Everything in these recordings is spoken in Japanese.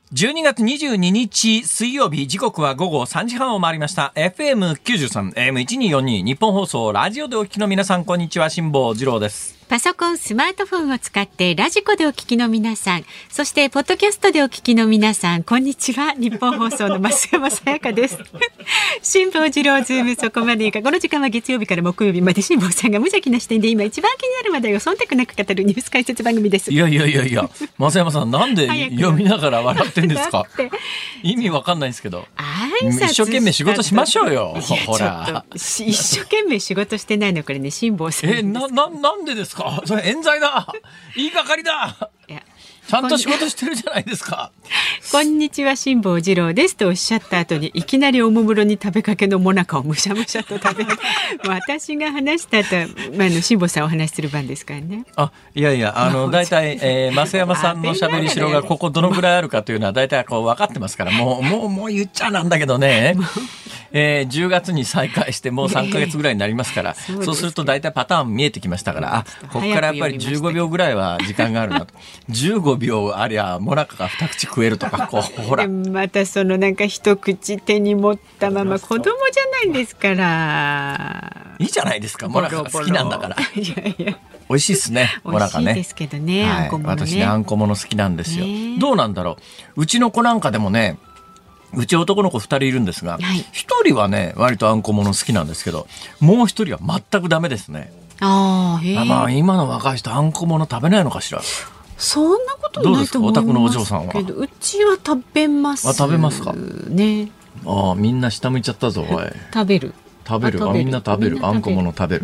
12月22日水曜日、時刻は午後3時半を回りました。 FM93 AM1242 日本放送ラジオでお聞きの皆さん、こんにちは、辛坊治郎です。 パソコン、スマートフォンを使ってラジコでお聞きの皆さん、そしてポッドキャストでお聞きの皆さん、こんにちは。日本放送の増山さやかです辛坊治郎ズームそこまでいいか。この時間は月曜日から木曜日まで、辛坊さんが無邪気な視点で今一番気になる話題を忖度なく語るニュース解説番組です。 いや増山さん、なんで読みながら笑ってんですか意味わかんないんですけど。一生懸命仕事しましょうよ。ほら、 一生懸命仕事してないの、これね、辛坊さん。 なんでですか。それ冤罪だ、言いがかりだ。いや、ちゃんと仕事してるじゃないですか。 こんにちは、辛坊治郎ですとおっしゃった後に、いきなりおもむろに食べかけのもなかをむしゃむしゃと食べる私が話した後、辛坊さんお話しする番ですからね。 いやだいたい増山さんの喋りしろがここどのくらいあるかというのはだいたいこう分かってますから、もう言っちゃなんだけどね10月に再開してもう3ヶ月ぐらいになりますから、そうするとだいたいパターン見えてきましたから、ここからやっぱり15秒ぐらいは時間があるなと15秒ありゃもなかが2口食えるとか、ほらまたそのなんか一口手に持ったまま子供じゃないですから。 いいじゃないですか、もなかが好きなんだから。 いや美味しいですね、もなかね。 美味しいですけどね、 はい、 あんこものね。 私ね、あんこもの好きなんですよ。どうなんだろう、うちの子なんかでもね、うち男の子2人いるんですが、1人はね割とあんこもの好きなんですけど、もう1人は全くダメですね。今の若い人あんこもの食べないのかしら。 そんなことないと思いますけど。 どうですか、お宅のお嬢さんは。 うちは食べますね。 食べますかね。 みんな下向いちゃったぞ。おい食べるみんな食べる、あんこもの食べる、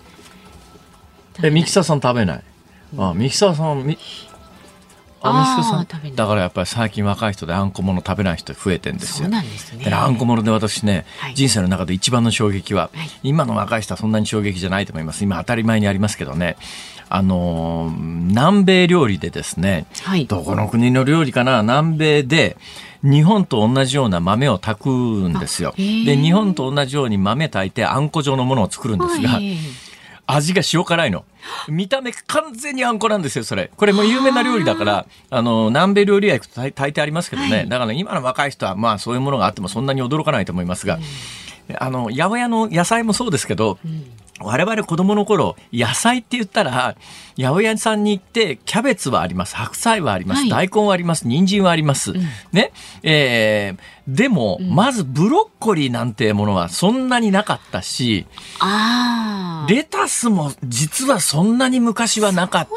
ミキサーさん食べない、ミキサーさんミキサーさんだからやっぱり最近若い人であんこもの食べない人増えてんですよ。 そうなんですね。 あんこもので私ね、人生の中で一番の衝撃は、今の若い人はそんなに衝撃じゃないと思います。今当たり前にありますけどね、南米料理でですね、どこの国の料理かな、南米で日本と同じような豆を炊くんですよ。で、日本と同じように豆炊いてあんこ状のものを作るんですが、味が塩辛いの。見た目完全にあんこなんですよ、それ。これも有名な料理だから、南米料理屋行くと大抵ありますけどね。だから今の若い人はそういうものがあってもそんなに驚かないと思いますが、八百屋の野菜もそうですけど、我々子供の頃、野菜って言ったら八百屋さんに行ってキャベツはあります、白菜はあります、大根はあります、人参はあります、ね。でも、まずブロッコリーなんてものはそんなになかったし、レタスも実はそんなに昔はなかった。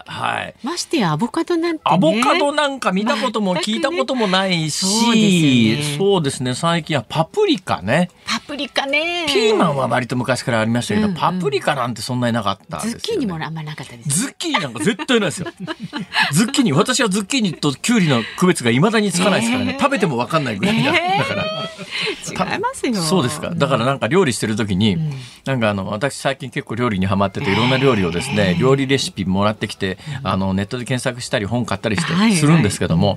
ましてやアボカドなんてね。 アボカドなんか見たことも聞いたこともないし、そうですね、最近はパプリカね。 パプリカね。 ピーマンは割と昔からありましたけど、パプリカなんてそんなになかったですよね。 ズッキーニもあんまなかったです。 ズッキーニなんか絶対ないですよズッキーニ、私はズッキーニとキュウリの区別が未だにつかないですからね。食べても分かんないぐらいだから違いますよ。 そうですか。だからなんか料理してる時に、なんか私最近結構料理にハマってて、いろんな料理をですね、料理レシピもらってきて、ネットで検索したり本買ったりしてするんですけども、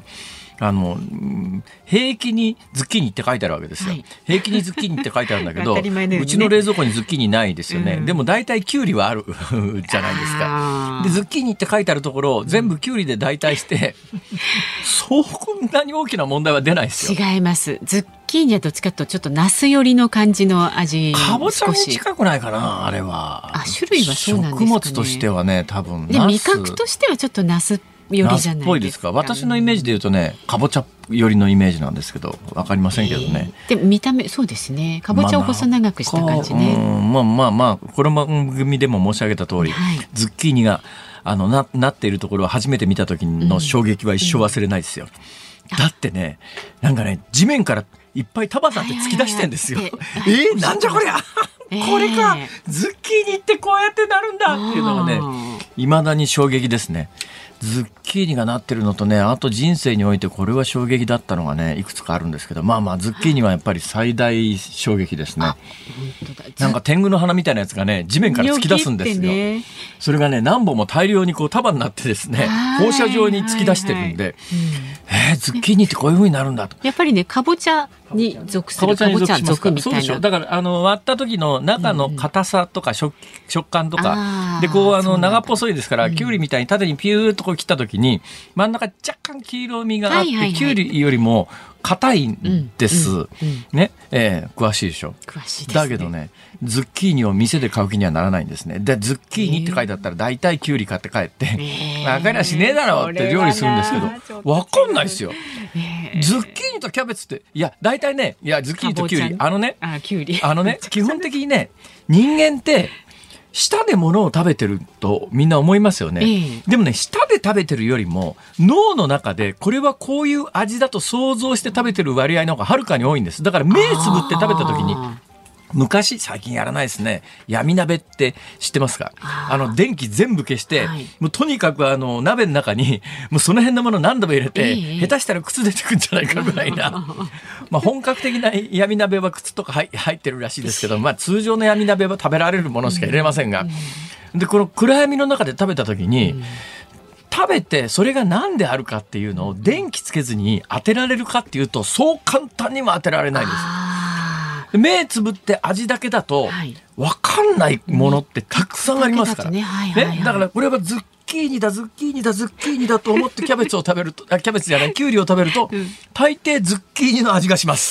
平気にズッキーニって書いてあるわけですよ。平気にズッキーニって書いてあるんだけど、うちの冷蔵庫にズッキーニないですよね。でも大体キュウリはあるじゃないですか。でズッキーニって書いてあるところを全部キュウリで代替して、そんなに大きな問題は出ないですよ。 違います。ズッキーニはどっちかというとちょっとナス寄りの感じの味。 かぼちゃに近くないかな、あれは。 種類はそうなんですかね。 食物としてはね、多分で味覚としてはちょっとナスよりじゃないですか。 ナスっぽいですか。私のイメージで言うとね、かぼちゃ寄りのイメージなんですけど、わかりませんけどね。 で見た目そうですね。かぼちゃを細長くした感じね。 この番組でも申し上げた通り、ズッキーニがなっているところを初めて見た時の衝撃は一生忘れないですよ。だってね、なんかね、地面からいっぱい束になって突き出してんですよ。なんじゃこりゃこれか、ズッキーニってこうやってなるんだっていうのがね、未だに衝撃ですね。ズッキーニがなってるのとね、あと人生においてこれは衝撃だったのがね、いくつかあるんですけど、ズッキーニはやっぱり最大衝撃ですね。なんか天狗の花みたいなやつがね、地面から突き出すんですよ。それがね、何本も大量にこう束になってですね、放射状に突き出してるんで、ズッキーニってこういう風になるんだと。 やっぱりね、かぼちゃに属するかぼちゃ属みたいな。 そうでしょ。だから割った時の中の硬さとか食感とかでこう長っぽそいですから、きゅうりみたいに縦にピューッとこう切った時に真ん中若干黄色みがあって、きゅうりよりも硬いんです、ね、詳しいでしょ。 詳しいですね。 だけどね、ズッキーニを店で買う気にはならないんですね。でズッキーニって書いてあったら大体きゅうり買って帰って、分かりゃしねえだろって料理するんですけど、分かんないですよ。ズッキーニとキャベツって、いや大体ね、いやズッキーニときゅうり、基本的にね、人間って舌で物を食べてるとみんな思いますよね、でもね、舌で食べてるよりも脳の中でこれはこういう味だと想像して食べてる割合の方がはるかに多いんです。だから目つぶって食べた時に、昔、最近やらないですね、闇鍋って知ってますか？電気全部消して、もうとにかく鍋の中にもうその辺のもの何度も入れて、下手したら靴出てくるんじゃないかぐらいな本格的な闇鍋は靴とか入ってるらしいですけど、通常の闇鍋は食べられるものしか入れませんが、でこの暗闇の中で食べた時に、食べてそれが何であるかっていうのを電気つけずに当てられるかっていうと、そう簡単にも当てられないんです。目つぶって味だけだと分かんないものってたくさんありますから、だからこれはズッキーニだと思ってキャベツを食べるとキャベツじゃない、キュウリを食べると、大抵ズッキーニの味がします。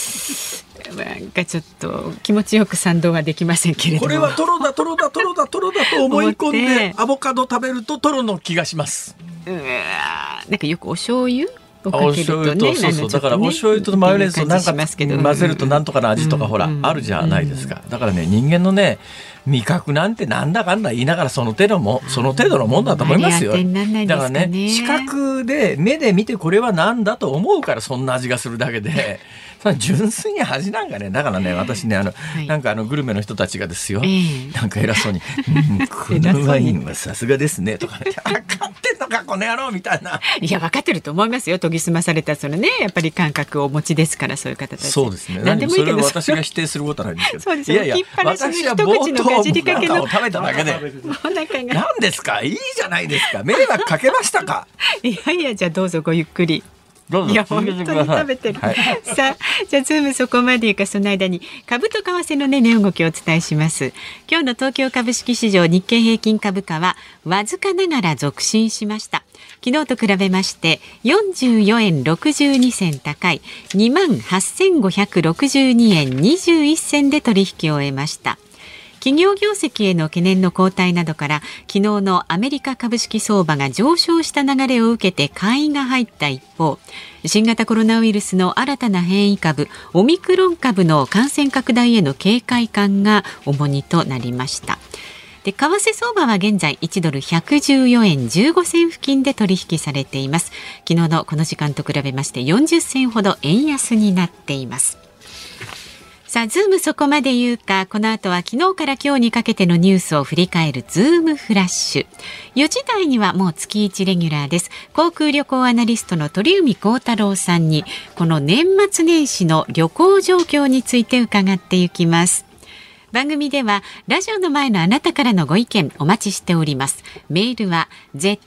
なんかちょっと気持ちよく賛同はできませんけれども、 これはトロだと思い込んでアボカド食べるとトロの気がします。 なんかよくお醤油お醤油と、そうだからお醤油とマヨネーズとなんか混ぜるとなんとかの味とかほらあるじゃないですか。だからね、人間のね、味覚なんてなんだかんだ言いながらその程度のもんだと思いますよ。だからね、視覚で目で見てこれはなんだと思うからそんな味がするだけで純粋に味なんかね、だからね、私ね、なんかグルメの人たちがですよ、なんか偉そうにこのワインはさすがですねとかね、分かってんのかこの野郎みたいな。 いや分かってると思いますよ。研ぎ澄まされたそのね、やっぱり感覚をお持ちですから、そういう方たち。 そうですね。何でもいいけど、それは私が否定することはないんですけど。 そうですよ。 いや私は冒頭中を食べただけで何ですか、いいじゃないですか、迷惑かけましたか。 いやじゃあどうぞごゆっくり。 どうぞ。 いや本当に食べてる、さあじゃあズームそこまでいうか、その間に株と為替の値動きをお伝えします。今日の東京株式市場、日経平均株価はわずかながら続伸しました。昨日と比べまして44円62銭高い 28,562 円21銭で取引を終えました。企業業績への懸念の後退などから、昨日のアメリカ株式相場が上昇した流れを受けて買いが入った一方、新型コロナウイルスの新たな変異株オミクロン株の感染拡大への警戒感が重荷となりました。で、為替相場は現在1ドル114円15銭付近で取引されています。昨日のこの時間と比べまして40銭ほど円安になっています。さあ、ズームそこまで言うか、この後は昨日から今日にかけてのニュースを振り返るズームフラッシュ。4時台にはもう月1レギュラーです。航空旅行アナリストの鳥海高太郎さんに、この年末年始の旅行状況について伺っていきます。番組ではラジオの前のあなたからのご意見お待ちしております。メールは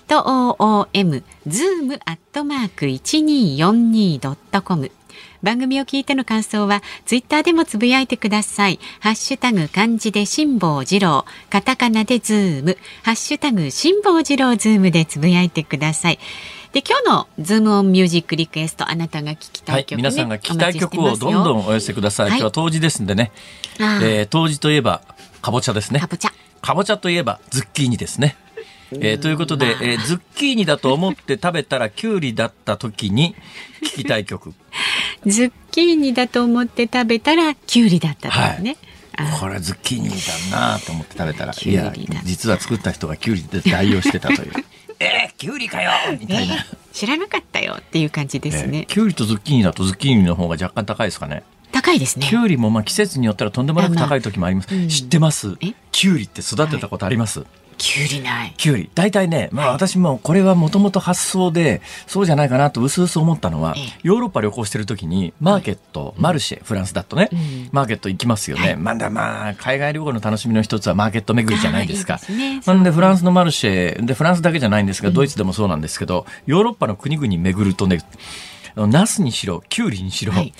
zoom@1242.com。番組を聞いての感想はツイッターでもつぶやいてください。ハッシュタグ漢字で辛坊治郎、カタカナでズーム、ハッシュタグ辛坊治郎ズームでつぶやいてください。で、今日のズームオンミュージックリクエスト、あなたが聞きたい曲、 皆さんが聞きたい曲をどんどんお寄せください。今日は冬至ですんでね、冬至といえばかぼちゃですね。かぼちゃといえばズッキーニですね。ということで、ズッキーニだと思って食べたらキュウリだった時に聞きたい曲。 ズッキーニだと思って食べたらキュウリだった時ね。 これズッキーニだなと思って食べたら、いや実は作った人がキュウリで代用してたというキュウリかよみたいな、 知らなかったよっていう感じですね。 キュウリとズッキーニだとズッキーニの方が若干高いですかね。 高いですね。 キュウリも季節によったらとんでもなく高い時もあります。知ってます？キュウリって育てたことあります？ キュウリない。 キュウリ大体ね、私もこれはもともと発想でそうじゃないかなとうすうす思ったのは、ヨーロッパ旅行してる時にマーケット、マルシェ、フランスだとね、マーケット行きますよね。海外旅行の楽しみの一つはマーケット巡りじゃないですか。なんでフランスのマルシェで、フランスだけじゃないんですが、ドイツでもそうなんですけど、ヨーロッパの国々巡るとね、ナスにしろキュウリにしろ、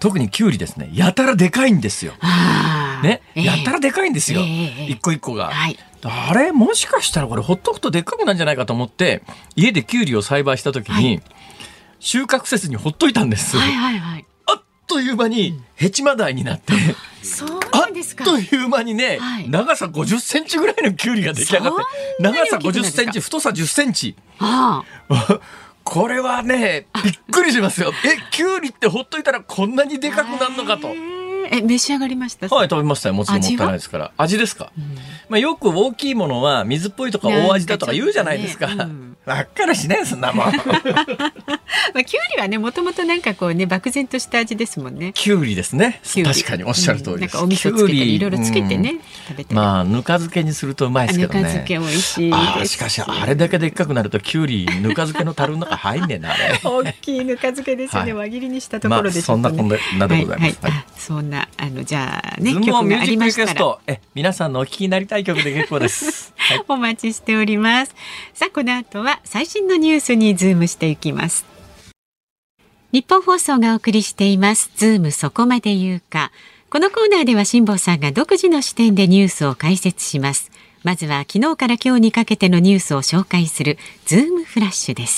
特にキュウリですね、やたらでかいんですよ。ね、やたらでかいんですよ、一個一個が。はい、あれもしかしたらこれほっとくとでっかくなるんじゃないかと思って家でキュウリを栽培した時に、はい、収穫せずにほっといたんです。はいはいはい、あっという間にヘチマ大になって、 そうなんですか。 あっという間にね、はい、長さ50センチぐらいのキュウリが出来上がって、長さ50センチ太さ10センチ、これはねびっくりしますよ。キュウリってほっといたらこんなにでかくなるのかと。 召し上がりました？ はい、食べましたよ。もちろんもったいないですから。味ですか、よく大きいものは水っぽいとか大味だとか言うじゃないですか。ばっかりしないそんなもん。キュウリはね、もともとなんかこうね、漠然とした味ですもんね。 キュウリですね。確かにおっしゃる通りです。 なんかお味噌つけたりいろいろつけてね、食べて。 ぬか漬けにするとうまいですけどね。 ぬか漬け美味しいです。 しかしあれだけでっかくなるとキュウリぬか漬けの樽の中入んねえなあれ。 大きいぬか漬けですよね。輪切りにしたところでそんなこんなでございます。 そんなじゃあね、 曲がありましたら皆さんのお聞きになりたい曲で結構です。 お待ちしております。さあこの後は最新のニュースにズームしていきます。日本放送がお送りしていますズームそこまで言うか。このコーナーでは辛坊さんが独自の視点でニュースを解説します。まずは昨日から今日にかけてのニュースを紹介するズームフラッシュです。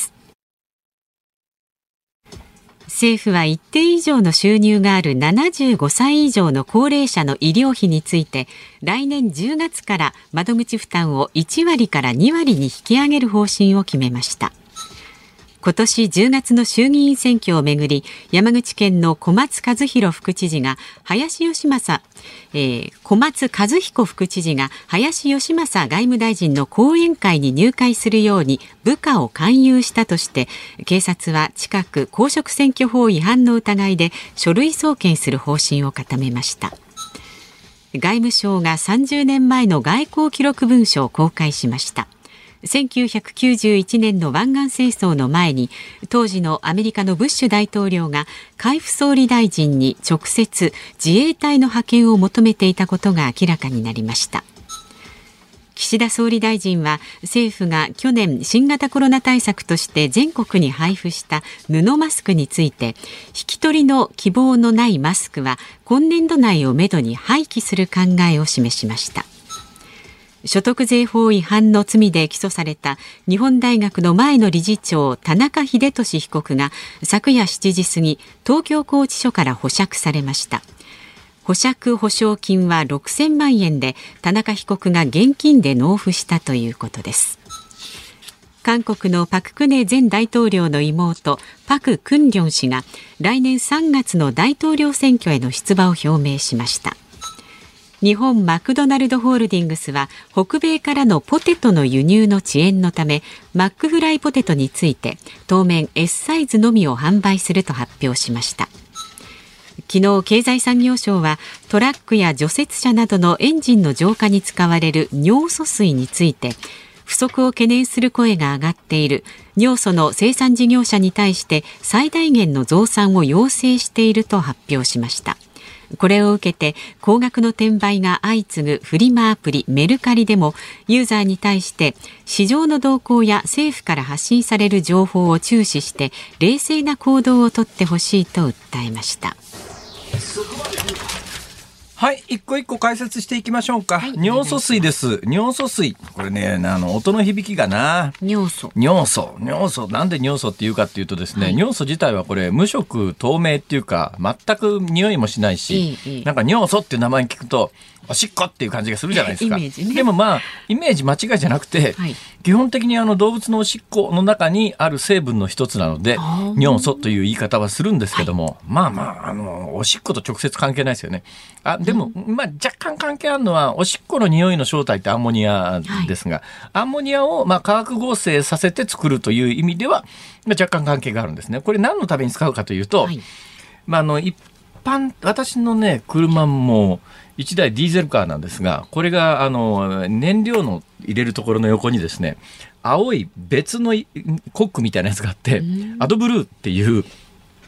政府は一定以上の収入がある75歳以上の高齢者の医療費について来年10月から窓口負担を1割から2割に引き上げる方針を決めました。今年10月の衆議院選挙をめぐり山口県の小松和弘副知事が小松和彦副知事が林芳正外務大臣の後援会に入会するように部下を勧誘したとして警察は近く公職選挙法違反の疑いで書類送検する方針を固めました。外務省が30年前の外交記録文書を公開しました。1991年の湾岸戦争の前に当時のアメリカのブッシュ大統領が海部総理大臣に直接自衛隊の派遣を求めていたことが明らかになりました。岸田総理大臣は政府が去年新型コロナ対策として全国に配布した布マスクについて引き取りの希望のないマスクは今年度内をめどに廃棄する考えを示しました。所得税法違反の罪で起訴された日本大学の前の理事長田中英寿被告が昨夜7時過ぎ東京拘置所から保釈されました。保釈保証金は6000万円で田中被告が現金で納付したということです。韓国のパク・クネ前大統領の妹パク・クンリョン氏が来年3月の大統領選挙への出馬を表明しました。日本マクドナルドホールディングスは北米からのポテトの輸入の遅延のためマックフライポテトについて当面 S サイズのみを販売すると発表しました。昨日経済産業省はトラックや除雪車などのエンジンの浄化に使われる尿素水について不足を懸念する声が上がっている尿素の生産事業者に対して最大限の増産を要請していると発表しました。これを受けて高額の転売が相次ぐフリマアプリメルカリでもユーザーに対して市場の動向や政府から発信される情報を注視して冷静な行動をとってほしいと訴えました。 はい、一個一個解説していきましょうか。尿素水です。尿素水。これね、音の響きがな。 尿素。 なんで尿素っていうかっていうとですね、尿素自体はこれ無色透明っていうか、全く匂いもしないし、なんか尿素っていう名前に聞くと、おしっこっていう感じがするじゃないですか。 イメージね。 でもイメージ間違いじゃなくて、基本的に動物のおしっこの中にある成分の一つなので、尿素という言い方はするんですけども、おしっこと直接関係ないですよね。でも、若干関係あるのは、おしっこの匂いの正体ってアンモニアですが、アンモニアを化学合成させて作るという意味では、若干関係があるんですね。これ何のために使うかというと、私のね、車も1台ディーゼルカーなんですが、これが燃料の入れるところの横にですね、青い別のコックみたいなやつがあって、アドブルーっていう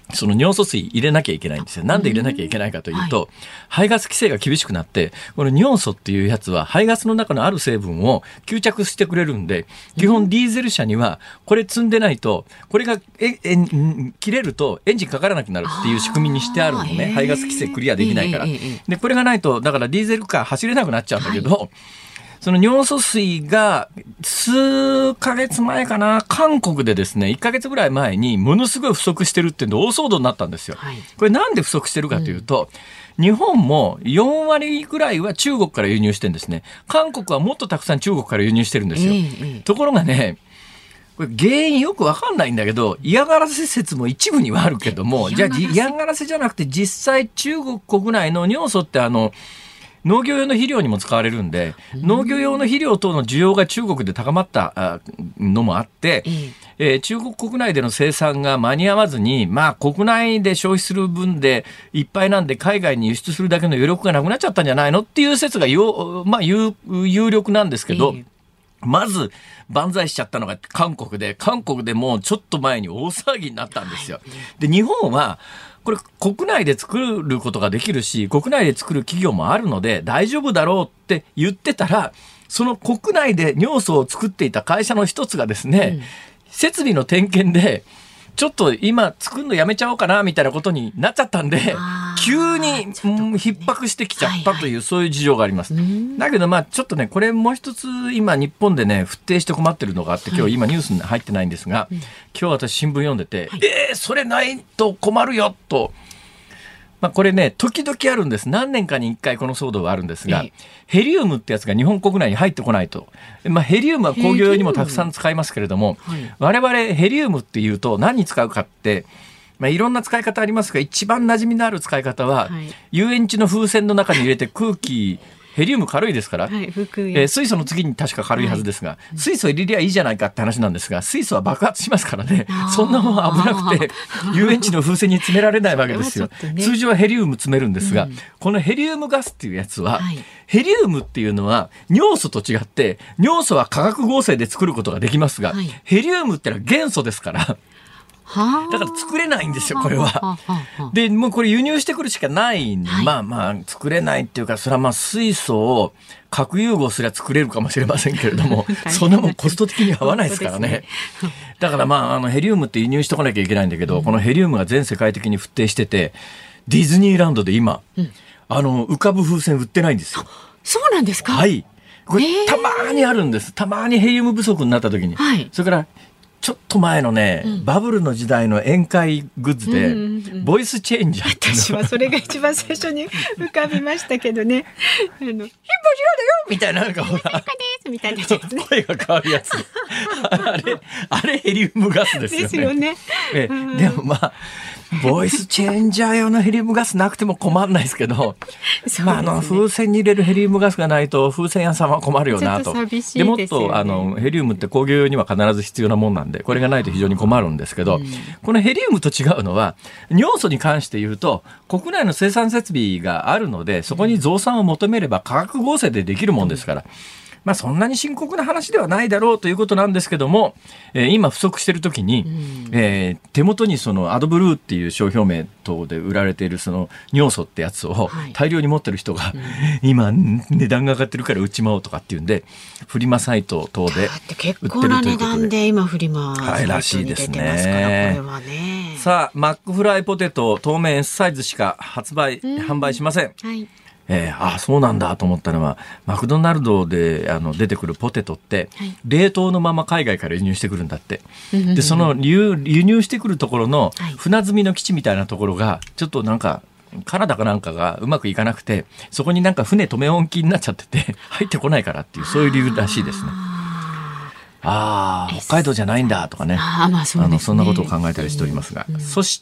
その尿素水入れなきゃいけないんですよ。なんで入れなきゃいけないかというと、排ガス規制が厳しくなって、この尿素っていうやつは排ガスの中のある成分を吸着してくれるんで、基本ディーゼル車にはこれ積んでないと、これが切れるとエンジンかからなくなるっていう仕組みにしてあるのね。排ガス規制クリアできないから。で、これがないと、だからディーゼルカー走れなくなっちゃうんだけど、その尿素水が数ヶ月前かな、韓国でですね、1ヶ月ぐらい前にものすごい不足してるっていうんで大騒動になったんですよ。これなんで不足してるかというと、日本も4割ぐらいは中国から輸入してるんですね。韓国はもっとたくさん中国から輸入してるんですよ。ところがね、これ原因よくわかんないんだけど、嫌がらせ説も一部にはあるけども、じゃあ嫌がらせじゃなくて実際中国国内の尿素って農業用の肥料にも使われるんで、農業用の肥料等の需要が中国で高まったのもあって、中国国内での生産が間に合わずに、国内で消費する分でいっぱいなんで海外に輸出するだけの余力がなくなっちゃったんじゃないのっていう説が有力なんですけど、まず万歳しちゃったのが韓国でもうちょっと前に大騒ぎになったんですよ。で、日本はこれ国内で作ることができるし、国内で作る企業もあるので大丈夫だろうって言ってたら、その国内で尿素を作っていた会社の一つがですね、設備の点検でちょっと今作るのやめちゃおうかなみたいなことになっちゃったんで、急に逼迫してきちゃったという、そういう事情があります。だけどちょっとね、これもう一つ今日本でね、不定して困ってるのがあって、今日今ニュースに入ってないんですが、今日私新聞読んでて、それないと困るよと。これね、時々あるんです。何年かに1回この騒動があるんですが、ヘリウムってやつが日本国内に入ってこないと。ヘリウムは工業用にもたくさん使いますけれども、我々ヘリウムっていうと何に使うかって、いろんな使い方ありますが、一番馴染みのある使い方は、遊園地の風船の中に入れて空気、ヘリウム軽いですから、水素の次に確か軽いはずですが、水素入れりゃいいじゃないかって話なんですが、水素は爆発しますからね、そんなもん危なくて遊園地の風船に詰められないわけですよ。通常はヘリウム詰めるんですが、このヘリウムガスっていうやつは、ヘリウムっていうのは尿素と違って、尿素は化学合成で作ることができますが、ヘリウムってのは元素ですから、だから作れないんですよ、これは。で、もうこれ輸入してくるしかないんで、作れないっていうか、それは水素を核融合すれば作れるかもしれませんけれども、そんなもんコスト的に合わないですからね。だからヘリウムって輸入してこなきゃいけないんだけど、このヘリウムが全世界的に不定してて、ディズニーランドで今、浮かぶ風船売ってないんですよ。 そうなんですか？ はい。これたまにあるんです。たまにヘリウム不足になった時に。それからちょっと前のね、バブルの時代の宴会グッズで、ボイスチェンジャーっていうの。 私はそれが一番最初に浮かびましたけどね。ヒンボジローだよみたいな、なんかほら、 みたいなやつね、 声が変わるやつ。あれヘリウムガスですよね。 ですよね。 でもボイスチェンジャー用のヘリウムガスなくても困んないですけど、風船に入れるヘリウムガスがないと風船屋さんは困るよなと。でもっとヘリウムって工業用には必ず必要なもんなんで、これがないと非常に困るんですけど、このヘリウムと違うのは、尿素に関して言うと国内の生産設備があるので、そこに増産を求めれば化学合成でできるもんですから、そんなに深刻な話ではないだろうということなんですけども、今不足している時に、手元にそのアドブルーっていう商標名等で売られているその尿素ってやつを大量に持ってる人が、今値段が上がってるから売っちまおうとかっていうんで、フリマサイト等で売ってるということで。 結構な値段で今フリマサイらしトにいです出てますから、 ね。 これはね。 さあ、マックフライポテト当面 S サイズしか販売しません。そうなんだと思ったのは、マクドナルドで出てくるポテトって、冷凍のまま海外から輸入してくるんだって。で、その輸入してくるところの船積みの基地みたいなところが、ちょっとなんか、カナダかなんかがうまくいかなくて、そこになんか船止め音機になっちゃってて、入ってこないからっていう、そういう理由らしいですね。北海道じゃないんだとかね。そんなことを考えたりしておりますが。そして、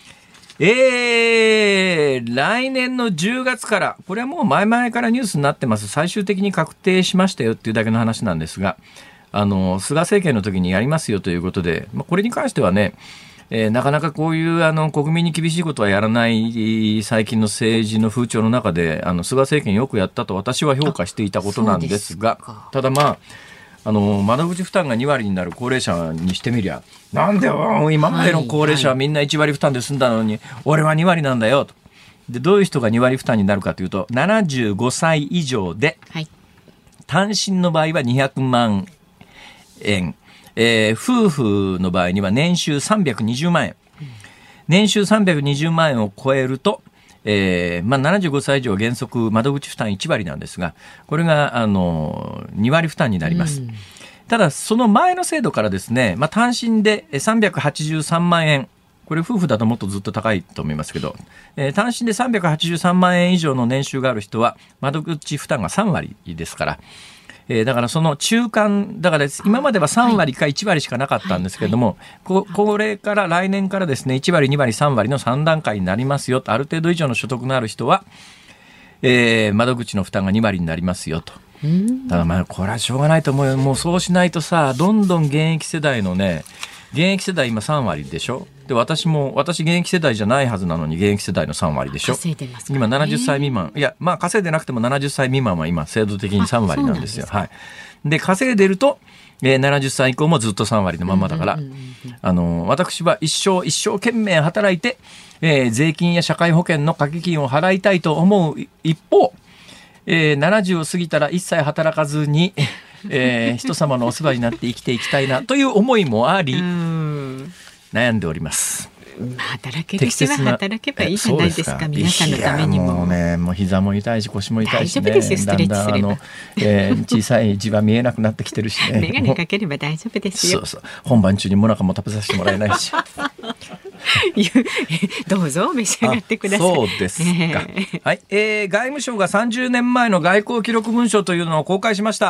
来年の10月から、これはもう前々からニュースになってます。最終的に確定しましたよっていうだけの話なんですが、菅政権の時にやりますよということで、これに関してはね、なかなかこういう国民に厳しいことはやらない最近の政治の風潮の中で、菅政権よくやったと私は評価していたことなんですが、ただ窓口負担が2割になる高齢者にしてみりゃ、なんでよ今までの高齢者はみんな1割負担で済んだのに、俺は2割なんだよと。でどういう人が2割負担になるかというと、75歳以上で、単身の場合は200万円、夫婦の場合には年収320万円、年収320万円を超えると、75歳以上原則窓口負担1割なんですが、これが2割負担になります。ただその前の制度からですね、単身で383万円、これ夫婦だともっとずっと高いと思いますけど、単身で383万円以上の年収がある人は窓口負担が3割ですから、だからその中間だから、今までは3割か1割しかなかったんですけれども、これから来年からですね、1割2割3割の3段階になりますよと。ある程度以上の所得のある人は、窓口の負担が2割になりますよと。だからこれはしょうがないと思うよ。もうそうしないとさ、どんどん現役世代のね、現役世代今3割でしょ。で私現役世代じゃないはずなのに現役世代の3割でしょ。 稼いでますからね。 今70歳未満、いや稼いでなくても70歳未満は今制度的に3割なんですよ。はい。で稼いでると、70歳以降もずっと3割のままだから、私は一生懸命働いて、税金や社会保険の掛け金を払いたいと思う一方、70を過ぎたら一切働かずに人様のお世話になって生きていきたいなという思いもあり、悩んでおります。 働ける人は働けばいいじゃないですか。皆さんのためにも。 もう膝も痛いし腰も痛いしね。 大丈夫ですよ、ストレッチすれば。 小さい字は見えなくなってきてるしね。 眼鏡かければ大丈夫ですよ。 そう本番中にもなかも食べさせてもらえないしどうぞ召し上がってください。 そうですか。はい。外務省が30年前の外交記録文書というのを公開しました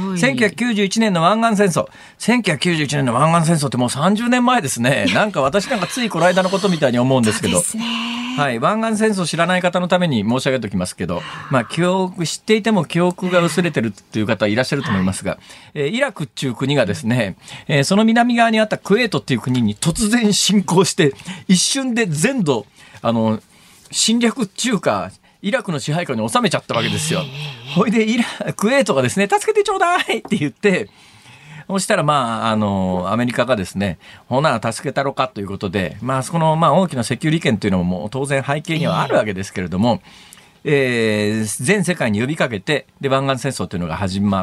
。1991年の湾岸戦争。1991年の湾岸戦争ってもう30年前ですね。なんか私なんかついこの間のことみたいに思うんですけど。 そうですね。 はい。湾岸戦争知らない方のために申し上げておきますけど、知っていても記憶が薄れてるっていう方いらっしゃると思いますが、イラクっていう国がですね、その南側にあったクウェートっていう国に突然侵攻して、一瞬で全土侵略中華イラクの支配下に収めちゃったわけですよ。ほいでクウェートがですね、助けてちょうだいって言って、そしたらアメリカがですね、ほな助けたろかということで、そこの大きな石油利権というのも当然背景にはあるわけですけれども、全世界に呼びかけて、で湾岸戦争というのが始まって、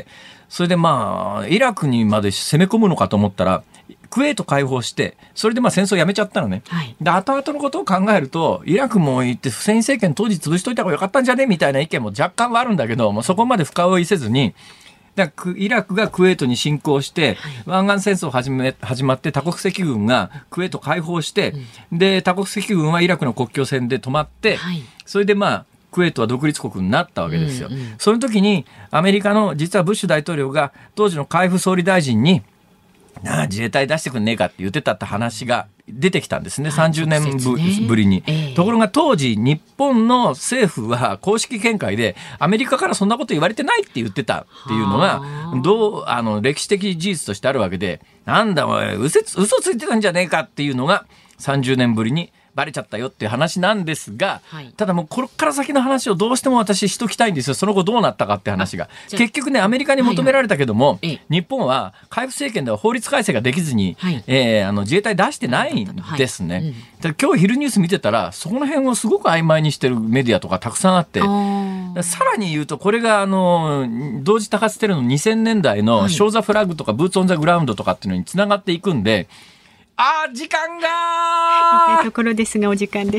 それでイラクにまで攻め込むのかと思ったら、クウェート解放して、それで戦争やめちゃったのね。で後々のことを考えると、イラクも行ってフセイン政権当時潰しといた方がよかったんじゃねみたいな意見も若干はあるんだけど、そこまで深追いせずに、イラクがクウェートに侵攻して、湾岸戦争始まって多国籍軍がクウェート解放して、で多国籍軍はイラクの国境線で止まって、それでクウェートは独立国になったわけですよ。その時にアメリカの実はブッシュ大統領が当時の海部総理大臣に、自衛隊出してくんねえかって言ってたって話が出てきたんですね。30年ぶりに。ところが当時日本の政府は公式見解でアメリカからそんなこと言われてないって言ってたっていうのが歴史的事実としてあるわけで、なんだおい嘘ついてたんじゃねえかっていうのが30年ぶりにバレちゃったよっていう話なんですが、ただもうこれから先の話をどうしても私しときたいんですよ。その後どうなったかって話が。結局ね、アメリカに求められたけども、日本は海部政権では法律改正ができずに、自衛隊出してないんですね。今日昼ニュース見てたら、そこの辺をすごく曖昧にしてるメディアとかたくさんあって、さらに言うと、これが同時多発テロの2000年代のショーザフラッグとかブーツオンザグラウンドとかっていうのにつながっていくんで、時間が見たいところですがお時間です。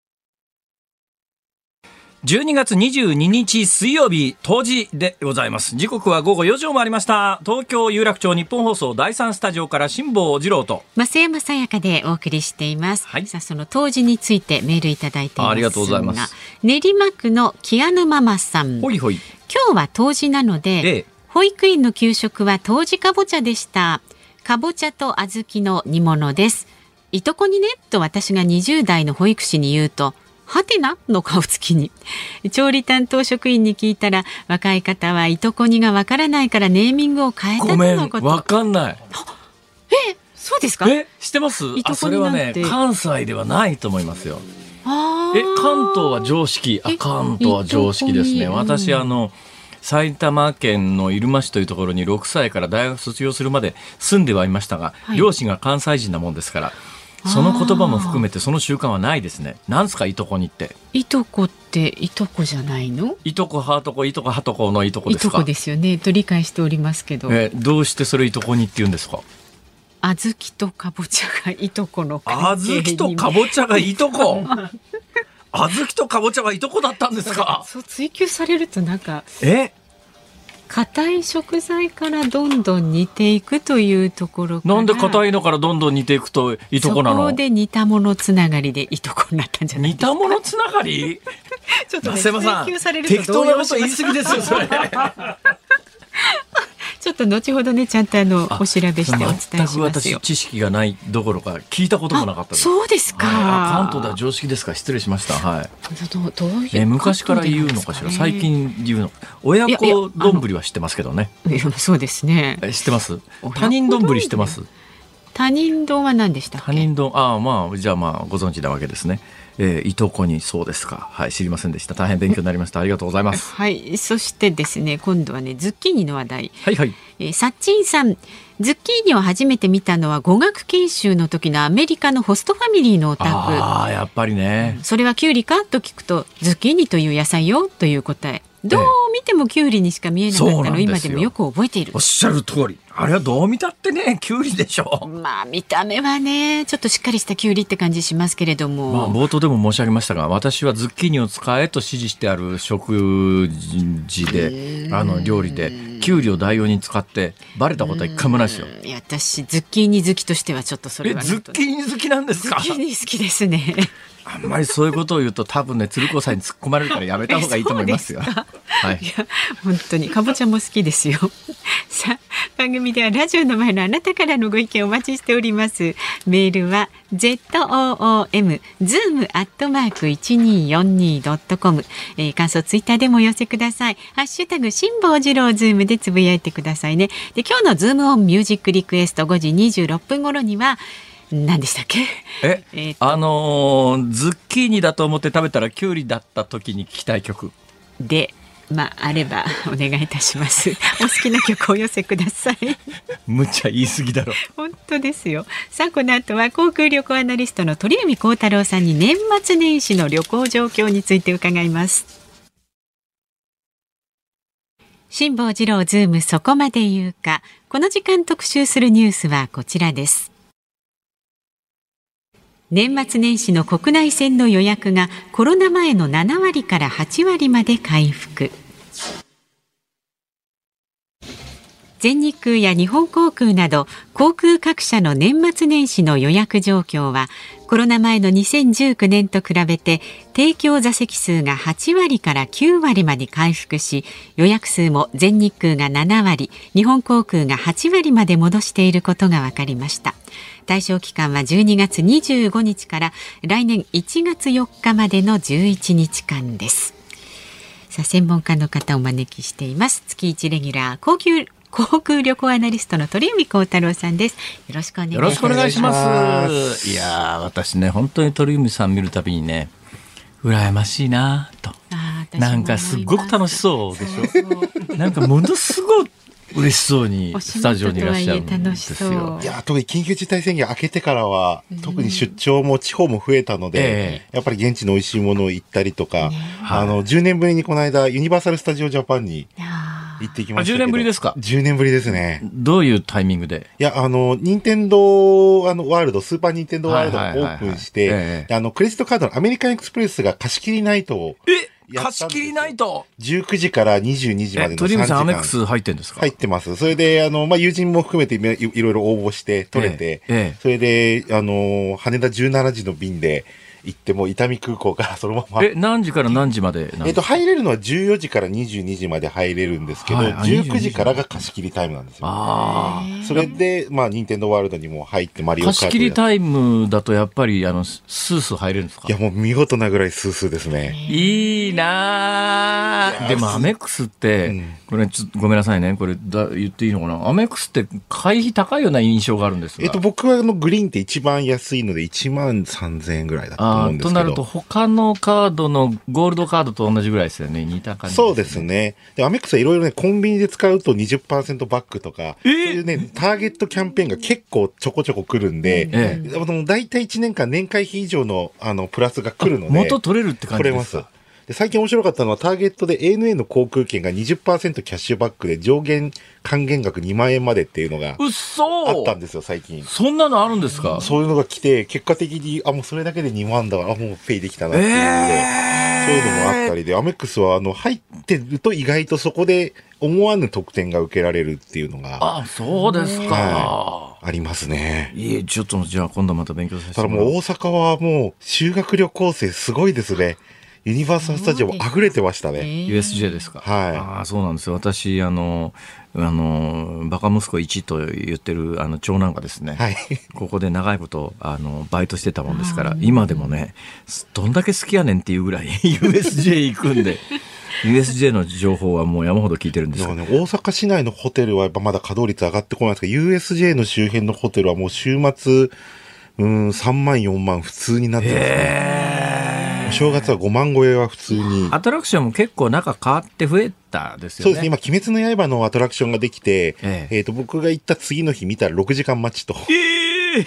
12月22日水曜日冬至でございます。時刻は午後4時を回りました。東京有楽町日本放送第3スタジオから辛坊治郎と増山さやかでお送りしています。さあその冬至についてメールいただいています。 ありがとうございます。 練馬区のキアヌママさん。 ほいほい。 今日は冬至なので、保育園の給食は冬至かぼちゃでした。かぼちゃと小豆の煮物です。いとこにねと私が20代の保育士に言うと、はてなの顔つきに。調理担当職員に聞いたら、若い方はいとこにがわからないからネーミングを変えたとのこと。 わかんない。 そうですか？ 知ってます？それはね、関西ではないと思いますよ。関東は常識。関東は常識ですね。私埼玉県の入間市というところに6歳から大学卒業するまで住んではいましたが、両親が関西人なもんですから、その言葉も含めてその習慣はないですね。なんすかいとこにって。 いとこっていとこじゃないの？ いとこはとこいとこはとこのいとこですか？ いとこですよねと理解しておりますけど、 どうしてそれいとこにって言うんですか？ 小豆とかぼちゃがいとこの関係に。 小豆とかぼちゃがいとこ小豆とかぼちゃはいとこだったんですか？ そう追求されるとなんか硬い食材からどんどん似ていくというところから。 なんで硬いのからどんどん似ていくといとこなの？ そこで似たものつながりでいとこになったんじゃないですか？ 似たものつながりちょっとね、 すいません、 追求されると適当なこと言い過ぎですよそれちょっと後ほどねちゃんとお調べしてお伝えしますよ。 全く私知識がないどころか聞いたこともなかったです。 そうですか、 関東では常識ですか？失礼しました。はい。 どういう昔から言うのかしら、最近言うの。親子丼は知ってますけどね。 そうですね。 知ってます？他人丼知ってます？ 他人丼は何でしたっけ？ 他人丼、じゃあご存知なわけですね。いとこに。そうですか。はい、知りませんでした。大変勉強になりました。ありがとうございます。 はい、そしてですね、今度はねズッキーニの話題。 はいはい。 サッチンさん、ズッキーニを初めて見たのは語学研修の時のアメリカのホストファミリーのお宅。 やっぱりね。 それはキュウリかと聞くと、ズッキーニという野菜よという答え。どう見てもキュウリにしか見えなかったのを今でもよく覚えている。 おっしゃる通り。あれはどう見たってねキュウリでしょ。 見た目はねちょっとしっかりしたキュウリって感じしますけれども、 冒頭でも申し上げましたが、私はズッキーニを使えと指示してある食事で料理でキュウリを代用に使ってバレたことは一回もないですよ。 いや私ズッキーニ好きとしてはちょっとそれはズッキーニ好きなんですか？ ズッキーニ好きですね。 あんまりそういうことを言うと多分ね鶴子さんに突っ込まれるからやめた方がいいと思いますよ。はい、 いや本当にかぼちゃも好きですよ。さあ番組ではラジオの前のあなたからのご意見お待ちしております。メールは zoom@1242.com、感想ツイッターでもお寄せください。ハッシュタグ辛坊治郎ズームでつぶやいてくださいね。で今日のズームオンミュージックリクエスト5時26分頃には何でしたっけ？ ズッキーニだと思って食べたらキュウリだった時に聞きたい曲であればお願いいたします。お好きな曲をお寄せください。 むちゃ言い過ぎだろ。 本当ですよ。さあこの後は航空旅行アナリストの鳥海高太郎さんに年末年始の旅行状況について伺います。辛坊治郎ズームそこまで言うか。この時間特集するニュースはこちらです。年末年始の国内線の予約がコロナ前の7割から8割まで回復。全日空や日本航空など航空各社の年末年始の予約状況はコロナ前の2019年と比べて提供座席数が8割から9割まで回復し、予約数も全日空が7割、日本航空が8割まで戻していることが分かりました。対象期間は12月25日から来年1月4日までの11日間です。さあ専門家の方をお招きしています。月1レギュラー航空旅行アナリストの鳥海高太郎さんです。よろしくお願いします。 よろしくお願いします。いや私ね本当に鳥海さん見るたびにね羨ましいなと。なんかすごく楽しそうでしょ。なんかものすごい嬉しそうにスタジオにいらっしゃるんですよ。 いや特に緊急事態宣言明けてからは、特に出張も地方も増えたので、やっぱり現地の美味しいものを行ったりとか、10年ぶりにこの間ユニバーサル・スタジオ・ジャパンに行ってきましたけど。 10年ぶりですか ？10年ぶりですね。 どういうタイミングで？ いや任天堂ワールド、スーパーニンテンドーワールドがオープンして、クレジットカードのアメリカンエクスプレスが貸し切りナイトを貸し切りナイト 19時から22時までの3時間。 鳥海さんアメックス入ってるんですか？ 入ってます。それで友人も含めていろいろ応募して取れて、それで羽田17時の便で行っても伊丹空港からそのまま何時から何時までなんですか？ 入れるのは14時から22時まで入れるんですけど、19時からが貸し切りタイムなんですよ。それで任天堂ワールドにも入ってマリオカート貸し切りタイムだとやっぱりスースー入れるんですか？ いやもう見事なぐらいスースーですね。 いいなでもアメックスって、これちょっとごめんなさいね、これ言っていいのかな。アメックスって会費高いような印象があるんですが、 僕はグリーンって一番安いので1万3000円ぐらいだった。 思うんですけど。 となると他のカードのゴールドカードと同じぐらいですよね。似た感じですね。 そうですね。で、アメックスはいろいろね、コンビニで使うと 20% バックとか、そういうね、ターゲットキャンペーンが結構ちょこちょこ来るんで、だいたい1年間年会費以上のプラスが来るので。 元取れるって感じですか？ 取れます。で、最近面白かったのはターゲットで ANA の航空券が 20% キャッシュバックで上限還元額2万円までっていうのがあったんですよ、最近。 そんなのあるんですか？ そういうのが来て、結果的に、もうそれだけで2万だから、もうペイできたなっていうので、そういうのもあったりで、アメックスは入ってると意外とそこで思わぬ特典が受けられるっていうのが。 そうですか。 ありますね。 ちょっとじゃあ今度また勉強させてもらう。ただもう大阪はもう修学旅行生すごいですね。ユニバーサルスタジオも溢れてましたね。 USJ ですか。 はい。 そうなんですよ。私バカ息子1と言ってる長男がですね、 はい、 ここで長いことバイトしてたもんですから、今でもね、どんだけ好きやねんっていうぐらいUSJ 行くんで。USJ の情報はもう山ほど聞いてるんですよ。 大阪市内のホテルはやっぱまだ稼働率上がってこないですけど、USJ の周辺のホテルはもう週末3万4万普通になってますね。正月は5万超えは普通に。 アトラクションも結構中変わって増えたですよね。 そうですね。今、鬼滅の刃のアトラクションができて、僕が行った次の日見たら6時間待ちと。 鬼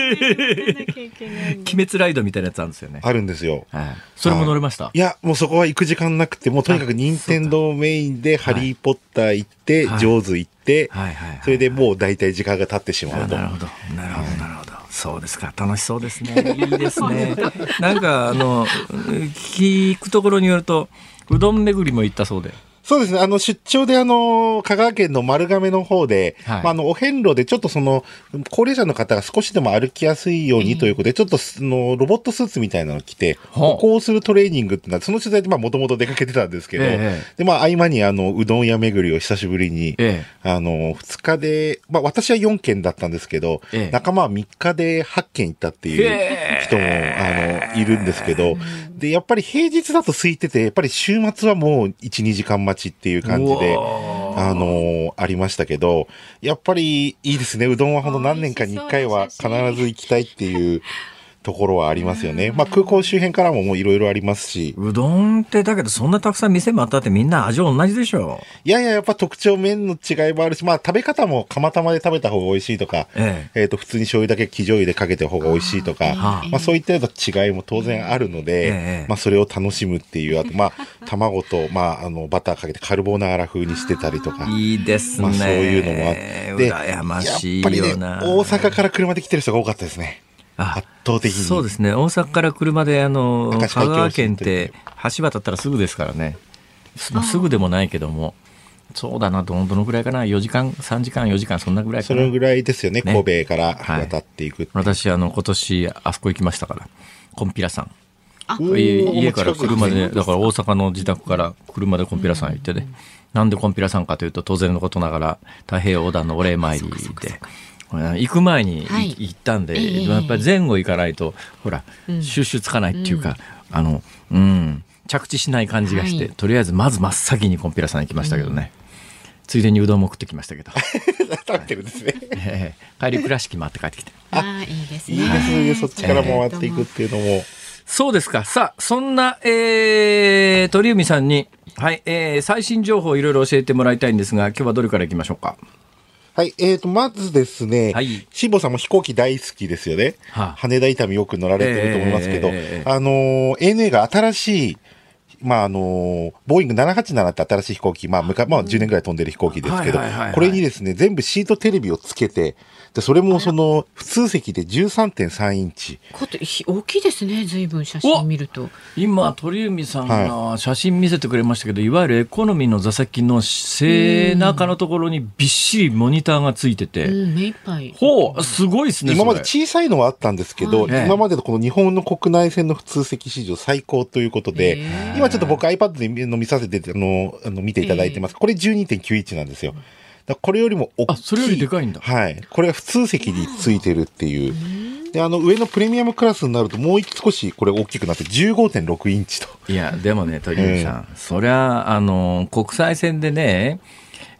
滅ライドみたいなやつあるんですよね。 あるんですよ。 それも乗れました？ いや、もうそこは行く時間なくて、もうとにかく任天堂メインでハリーポッター行って、ジョーズ行って、それでもう大体時間が経ってしまうと。 なるほど。そうですか。楽しそうですね。いいですね。なんか聞くところによるとうどん巡りも行ったそうで。 そうですね。出張で香川県の丸亀の方で、お遍路でちょっと高齢者の方が少しでも歩きやすいようにということで、ちょっとロボットスーツみたいなのを着て、歩行するトレーニングってのは、その取材でもともと出かけてたんですけど、で、合間にうどん屋巡りを久しぶりに、2日で、私は4軒だったんですけど、仲間は3日で8軒行ったっていう人も、いるんですけど、で、やっぱり平日だと空いてて、やっぱり週末はもう1、2時間待ちっていう感じで、ありましたけど、やっぱりいいですね。うどんはほんと何年かに1回は必ず行きたいっていうところはありますよね。空港周辺からももういろいろありますし。 うどんってだけどそんなたくさん店もあったってみんな味は同じでしょ？ いや、やっぱ特徴麺の違いもあるし、食べ方も釜玉で食べた方が美味しいとか、普通に醤油だけ生醤油でかけた方が美味しいとか、そういったような違いも当然あるので、それを楽しむっていう、あと卵と、バターかけてカルボナーラ風にしてたりとか。 いいですね。 そういうのもあって。 羨ましいよな。 やっぱりね、大阪から車で来てる人が多かったですね。圧倒的に。 そうですね。大阪から車で香川県って橋渡ったらすぐですからね。すぐでもないけども。そうだな、どのぐらいかな、4時間、3時間、4時間、そんなぐらいかな。 そのぐらいですよね、神戸から渡っていく。 私、今年、あそこ行きましたから、コンピラ山。家から車で、だから大阪の自宅から車でコンピラ山行ってね。なんでコンピラ山かというと、当然のことながら、太平洋横断のお礼参りで。行く前に行ったんで、やっぱり前後行かないとほら収集つかないっていうか、着地しない感じがして、とりあえずまず真っ先にコンピラさん行きましたけどね、ついでにうどんも食ってきましたけど食べてるんですね、 帰り倉敷回って帰ってきて、 いいですね。 いいですね、そっちから回っていくっていうのも、 そうですか。さあそんな、鳥海さんに、最新情報をいろいろ教えてもらいたいんですが、今日はどれからいきましょうか。 はい、まずですね、辛坊さんも飛行機大好きですよね。羽田伊丹よく乗られてると思いますけど、ANA が新しい、ボーイング787って新しい飛行機、10年ぐらい飛んでる飛行機ですけど、これにですね、全部シートテレビをつけて、でそれも普通席で 13.3 インチ。 大きいですね、随分写真見ると。 今、鳥海さんが写真見せてくれましたけど、いわゆるエコノミーの座席の背中のところにびっしりモニターがついてて、 目いっぱい。 すごいですね。 今まで小さいのはあったんですけど、今までのこの日本の国内線の普通席史上最高ということで、今ちょっと僕 iPad で見させて見ていただいてます。これ 12.91 なんですよ。これよりも大きい。 それよりでかいんだ。 はい。これが普通席についてるっていう。で、上のプレミアムクラスになるともう少しこれ大きくなって 15.6 インチと。 いや、でもね、鳥海さん、そりゃ、国際線でね、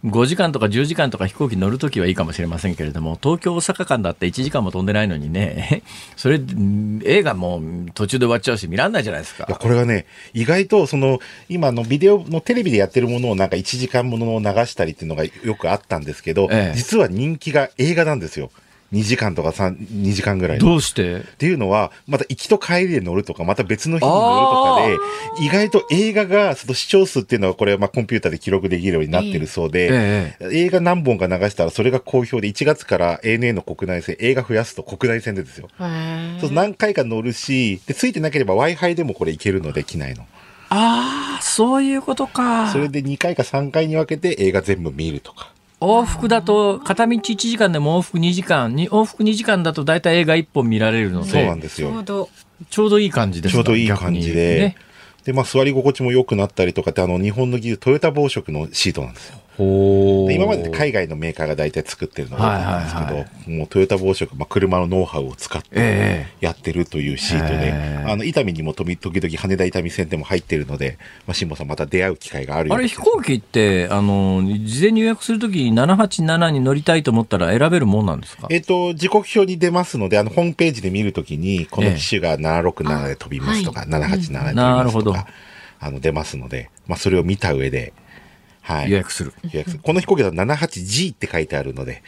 5時間とか10時間とか飛行機乗るときはいいかもしれませんけれども、東京大阪間だって1時間も飛んでないのにね、それ映画も途中で終わっちゃうし見らんないじゃないですか。 いやこれがね、意外と今のビデオのテレビでやってるものをなんか1時間ものを流したりっていうのがよくあったんですけど、実は人気が映画なんですよ。2時間とか2時間ぐらい。 どうしてっていうのは、また行きと帰りで乗るとか、また別の日に乗るとかで、意外と映画が、その視聴数っていうのは、これはまあコンピューターで記録できるようになってるそうで、映画何本か流したら、それが好評で、1月から ANA の国内線、映画増やすと国内線でですよ。そう何回か乗るし、で、ついてなければ Wi-Fi でもこれ行けるので、機内の。 ああ、そういうことか。 それで2回か3回に分けて映画全部見るとか。 往復だと片道1時間でも往復2時間往復2時間だとだいたい映画1本見られるので、 そうなんですよ。 ちょうどいい感じですか。 ちょうどいい感じで、ね、でまあ座り心地も良くなったりとかって日本の技術トヨタ紡織のシートなんですよ。で今まで海外のメーカーが大体作ってるのなんですけど、もうトヨタ紡織、車のノウハウを使ってやってるというシートで、伊丹にも時々羽田伊丹線でも入ってるので、辛坊さんまた出会う機会があるようです。 あれ飛行機って事前に予約するときに787に乗りたいと思ったら選べるもんなんですか？ 時刻表に出ますので、ホームページで見るときにこの機種が767で飛びますとか、787で飛びますとか、出ますので、まあ、それを見た上で予約する。 この飛行機は 78G って書いてあるので。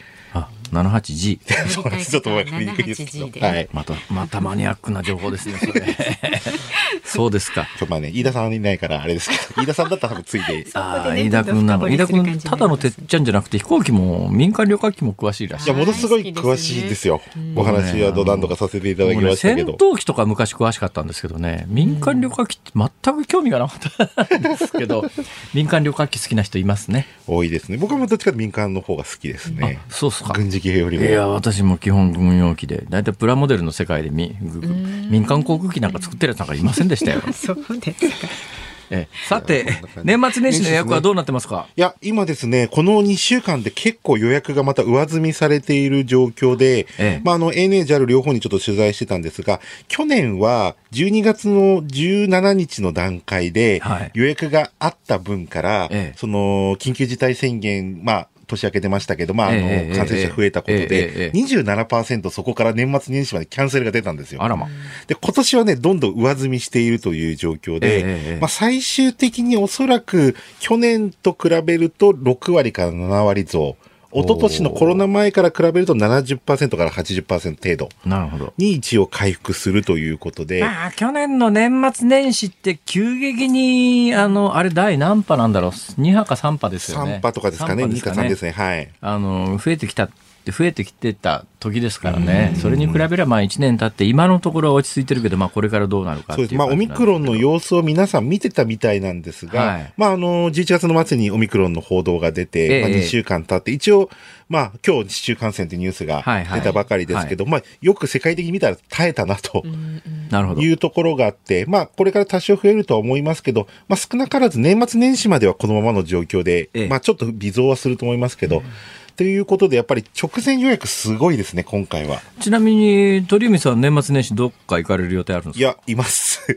78G。 そうです。ちょっと分かりにくいですけど。はい。 またマニアックな情報ですね、それ。そうですか。 まあね、飯田さんいないからあれですけど、飯田さんだったら多分ついで。 飯田君ただのてっちゃんじゃなくて飛行機も民間旅客機も詳しいらしい。 いや、ものすごい詳しいですよ。お話は何度かさせていただきましたけど。 戦闘機とか昔詳しかったんですけどね、民間旅客機って全く興味がなかったんですけど、民間旅客機好きな人いますね。 多いですね。僕はどっちかと民間の方が好きですね。 そうですか。 軍事系よりも。 いや、私も基本軍用機で、だいたいプラモデルの世界で民間航空機なんか作ってるやつなんかいませんでしたよ。 そうですか。 さて、年末年始の予約はどうなってますか？ いや、今ですね、この2週間で結構予約がまた上積みされている状況で、ANA、JAL 両方にちょっと取材してたんですが、去年は12月の17日の段階で予約があった分から、その緊急事態宣言、年明けてましたけど、感染者増えたことで、27% そこから年末年始までキャンセルが出たんですよ。で、今年はね、どんどん上積みしているという状況で、最終的におそらく去年と比べると6割から7割増。一昨年のコロナ前から比べると 70% から 80% 程度に一応回復するということで、 去年の年末年始って急激にあれ第何波なんだろう、2波か3波ですよね。 3波とかですかね。2か3ですね。はい。 増えてきてた時ですからね。それに比べれば1年経って今のところは落ち着いてるけど、これからどうなるかっていう。 そうです。オミクロンの様子を皆さん見てたみたいなんですが、11月の末にオミクロンの報道が出て、2週間経って一応今日市中感染というニュースが出たばかりですけど、よく世界的に見たら耐えたなというところがあって、これから多少増えるとは思いますけど、少なからず年末年始まではこのままの状況で、ちょっと微増はすると思いますけど、ということでやっぱり直前予約すごいですね、今回は。 ちなみに鳥海さん年末年始どっか行かれる予定あるんですか？ いや、います。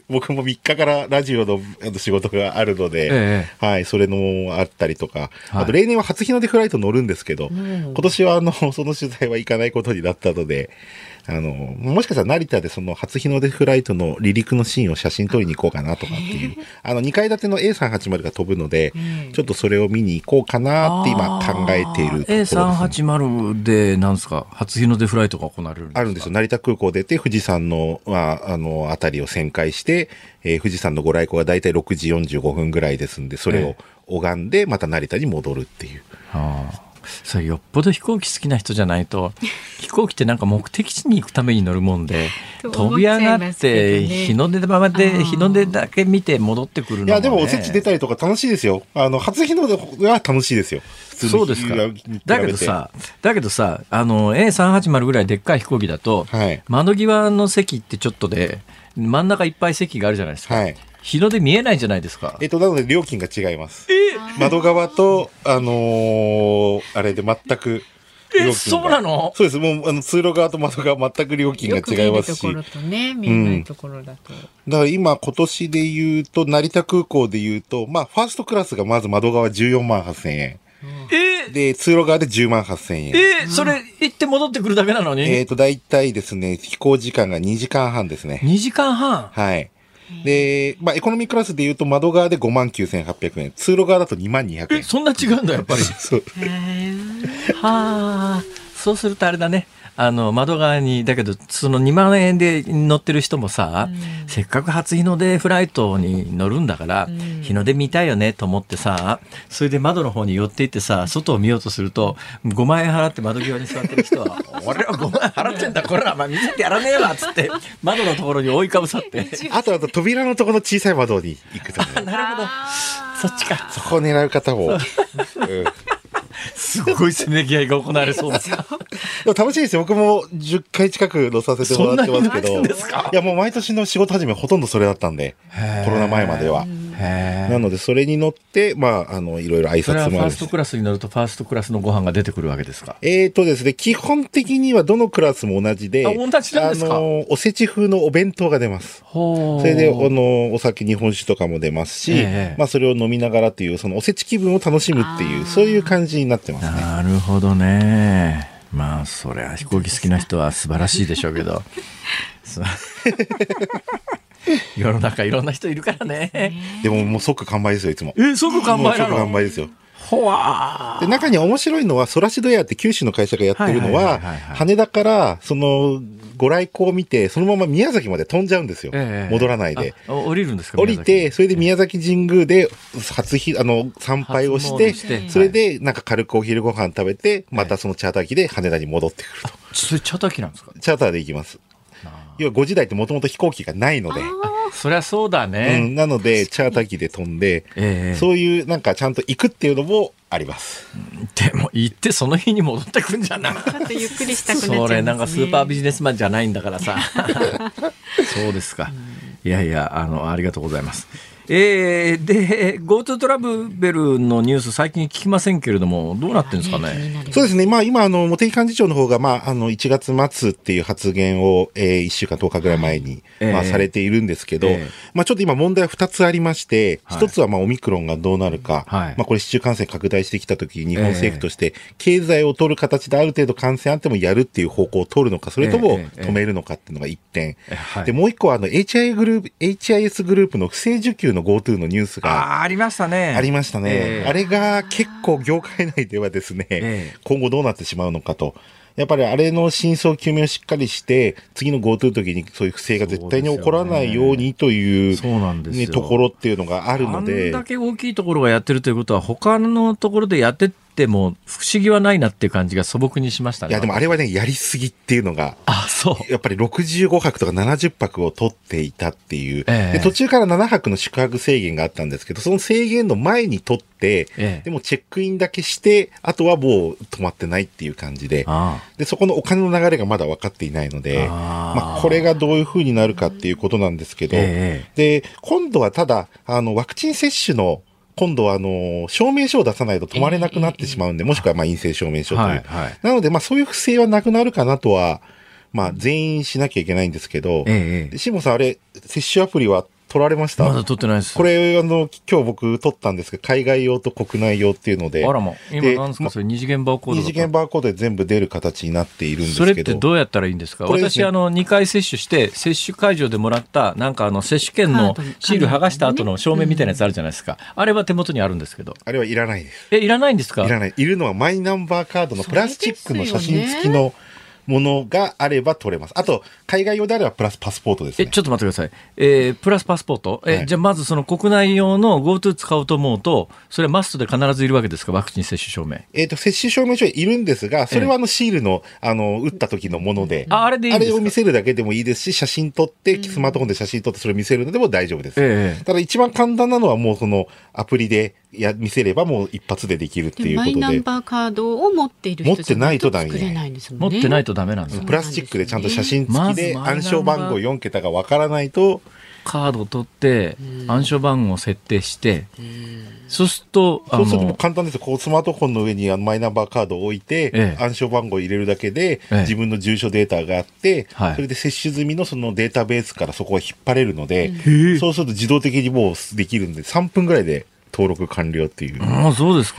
僕も3日からラジオの仕事があるので、はい、それのあったりとか、あと例年は初日の出フライト乗るんですけど、今年はその取材は行かないことになったので、もしかしたら成田でその初日の出フライトの離陸のシーンを写真撮りに行こうかなとかっていう、2階建ての A380 が飛ぶので、ちょっとそれを見に行こうかなって今考えているところです、ね。 A380 で何ですか、初日の出フライトが行われるんですか？ あるんですよ。成田空港出て富士山の、あたりを旋回して、富士山のご来光がだいたい6時45分ぐらいですんで、それを拝んでまた成田に戻るっていう。 それよっぽど飛行機好きな人じゃないと、飛行機ってなんか目的地に行くために乗るもんで飛び上がって日の出まで日の出だけ見て戻ってくるのも、ね、 いやでもおせち出たりとか楽しいですよ。初日の出は楽しいですよ。 そうですか。だけどさA380 ぐらいでっかい飛行機だと、窓際の席ってちょっとで真ん中いっぱい席があるじゃないですか。日の出見えないじゃないですか。 なので料金が違います。窓側と、あれで全く料金が。 そうなの？ そうです。もう、通路側と窓側全く料金が違いますし。 よく見えるところとね、見えないところだと。 だから今年で言うと、成田空港で言うと、ファーストクラスがまず窓側14万8000円。 で、通路側で10万8000円。 それ行って戻ってくるだけなのにだいたいですね、飛行時間が2時間半ですね。 2時間半はい。で、まあ、エコノミークラスで言うと窓側で59,800円。通路側だと22,000円。 そんな違うんだ、やっぱり。 そう。 はあ。そうするとあれだね。窓側に、だけど、その2万円で乗ってる人もさ、せっかく初日の出フライトに乗るんだから、日の出見たいよねと思ってさ、それで窓の方に寄っていってさ、外を見ようとすると、5万円払って窓際に座ってる人は、俺は5万円払ってんだ、これら、見せてやらねえわ、つって、窓のところに覆いかぶさって。 あと扉のところの小さい窓に行くとね。 なるほど。そっちか。 そこを狙う方も。 すごいせめぎ合いが行われそうです。でも楽しいですよ。僕も10回近く乗させてもらってますけど。いや、もう毎年の仕事始めほとんどそれだったんで、コロナ前までは。なので、それに乗って、まあ、いろいろ挨拶もあるし。それはファーストクラスに乗ると、ファーストクラスのご飯が出てくるわけですか？ ですね、基本的にはどのクラスも同じで、 同じなんですか？ おせち風のお弁当が出ます。それで、お酒、日本酒とかも出ますし、まあ、それを飲みながらという、そのおせち気分を楽しむっていう、そういう感じになってますね。 なるほどね。まあ、そりゃ飛行機好きな人は素晴らしいでしょうけど。世の中いろんな人いるからね。 でももう即完売ですよ、いつも。 即完売なの？ 即完売ですよ。 ほわで、中に面白いのは、ソラシドエアって九州の会社がやってるのは、羽田から、ご来光を見て、そのまま宮崎まで飛んじゃうんですよ。戻らないで。 降りるんですか？ 降りて、それで宮崎神宮で参拝をして、それでなんか軽くお昼ご飯食べて、またそのチャーター機で羽田に戻ってくると。 それチャーター機なんですか？ チャーターで行きます。要は5時台ってもともと飛行機がないので。 そりゃそうだね。 なので、チャーター機で飛んで、そういうなんかちゃんと行くっていうのもあります。 でも行ってその日に戻ってくんじゃない？ ちょっとゆっくりしたくなっちゃいますね。 それなんかスーパービジネスマンじゃないんだからさ。そうですか。いやいや、ありがとうございます。で GoTo トラベルのニュース最近聞きませんけれどもどうなってるんですかね。 そうですね、まあ、今茂木幹事長の方が、まあ、1月末っていう発言を、1週間10日ぐらい前に、まあ、されているんですけど、まあ、ちょっと今問題は2つありまして、1つはまあオミクロンがどうなるか、まあ、これ市中感染拡大してきたとき日本政府として経済を取る形である程度感染あってもやるっていう方向を取るのか、それとも止めるのかっていうのが1点、でもう1個はHIS グループの不正受給のGoTo のニュースがありましたね。 ありましたね。あれが結構業界内ではですね、今後どうなってしまうのかと。やっぱりあれの真相究明をしっかりして、次の GoTo の時にそういう不正が絶対に起こらないようにという、ね、ところっていうのがあるので。 あんだけ大きいところがやってるということは、他のところでやってっても不思議はないなっていう感じが素朴にしましたね。 いやでもあれはね、やりすぎっていうのが、やっぱり65泊とか70泊を取っていたっていう、で途中から7泊の宿泊制限があったんですけど、その制限の前に取って、でもチェックインだけして、あとはもう止まってないっていう感じで、でそこのお金の流れがまだ分かっていないので、まあ、これがどういう風になるかっていうことなんですけど、で今度はただワクチン接種の今度は証明書を出さないと泊まれなくなってしまうんで、もしくはまあ陰性証明書という。なので、まあそういう不正はなくなるかなとは、まあ全員しなきゃいけないんですけど、下さんあれ、接種アプリは取られました？ まだ取ってないです。 これ今日僕取ったんですけど、海外用と国内用っていうので。 あらま、今何ですか、それ二次元バーコード。 二次元バーコードで全部出る形になっているんですけど。 それってどうやったらいいんですか？私2回接種して、接種会場でもらったなんか接種券のシール剥がした後の証明みたいなやつあるじゃないですか。あれは手元にあるんですけど。 あれはいらないです。 いらないんですか？ いらない。いるのはマイナンバーカードのプラスチックの写真付きのものがあれば取れます。あと、海外用であればプラスパスポートですね。 ちょっと待ってください。プラスパスポート、じゃあまずその国内用の GoTo 使おうと思うと、それはマストで必ずいるわけですか？ワクチン接種証明。 接種証明書いるんですが、それはシールの、打った時のもので、 あれでいいんですか？ あれを見せるだけでもいいですし、写真撮って、スマートフォンで写真撮ってそれを見せるのでも大丈夫です。ただ一番簡単なのはもうそのアプリで見せればもう一発でできるっていうことで。 マイナンバーカードを持っている人じゃないと作れないんですもんね。 持ってないとダメなんです。 プラスチックでちゃんと写真付きで暗証番号4桁がわからないと。 カードを取って暗証番号を設定して、そうすると簡単ですよ。こうスマートフォンの上にマイナンバーカードを置いて、暗証番号を入れるだけで、自分の住所データがあって、それで接種済みのそのデータベースからそこが引っ張れるので、そうすると自動的にもうできるんで3分ぐらいで登録完了っていう。 そうですか。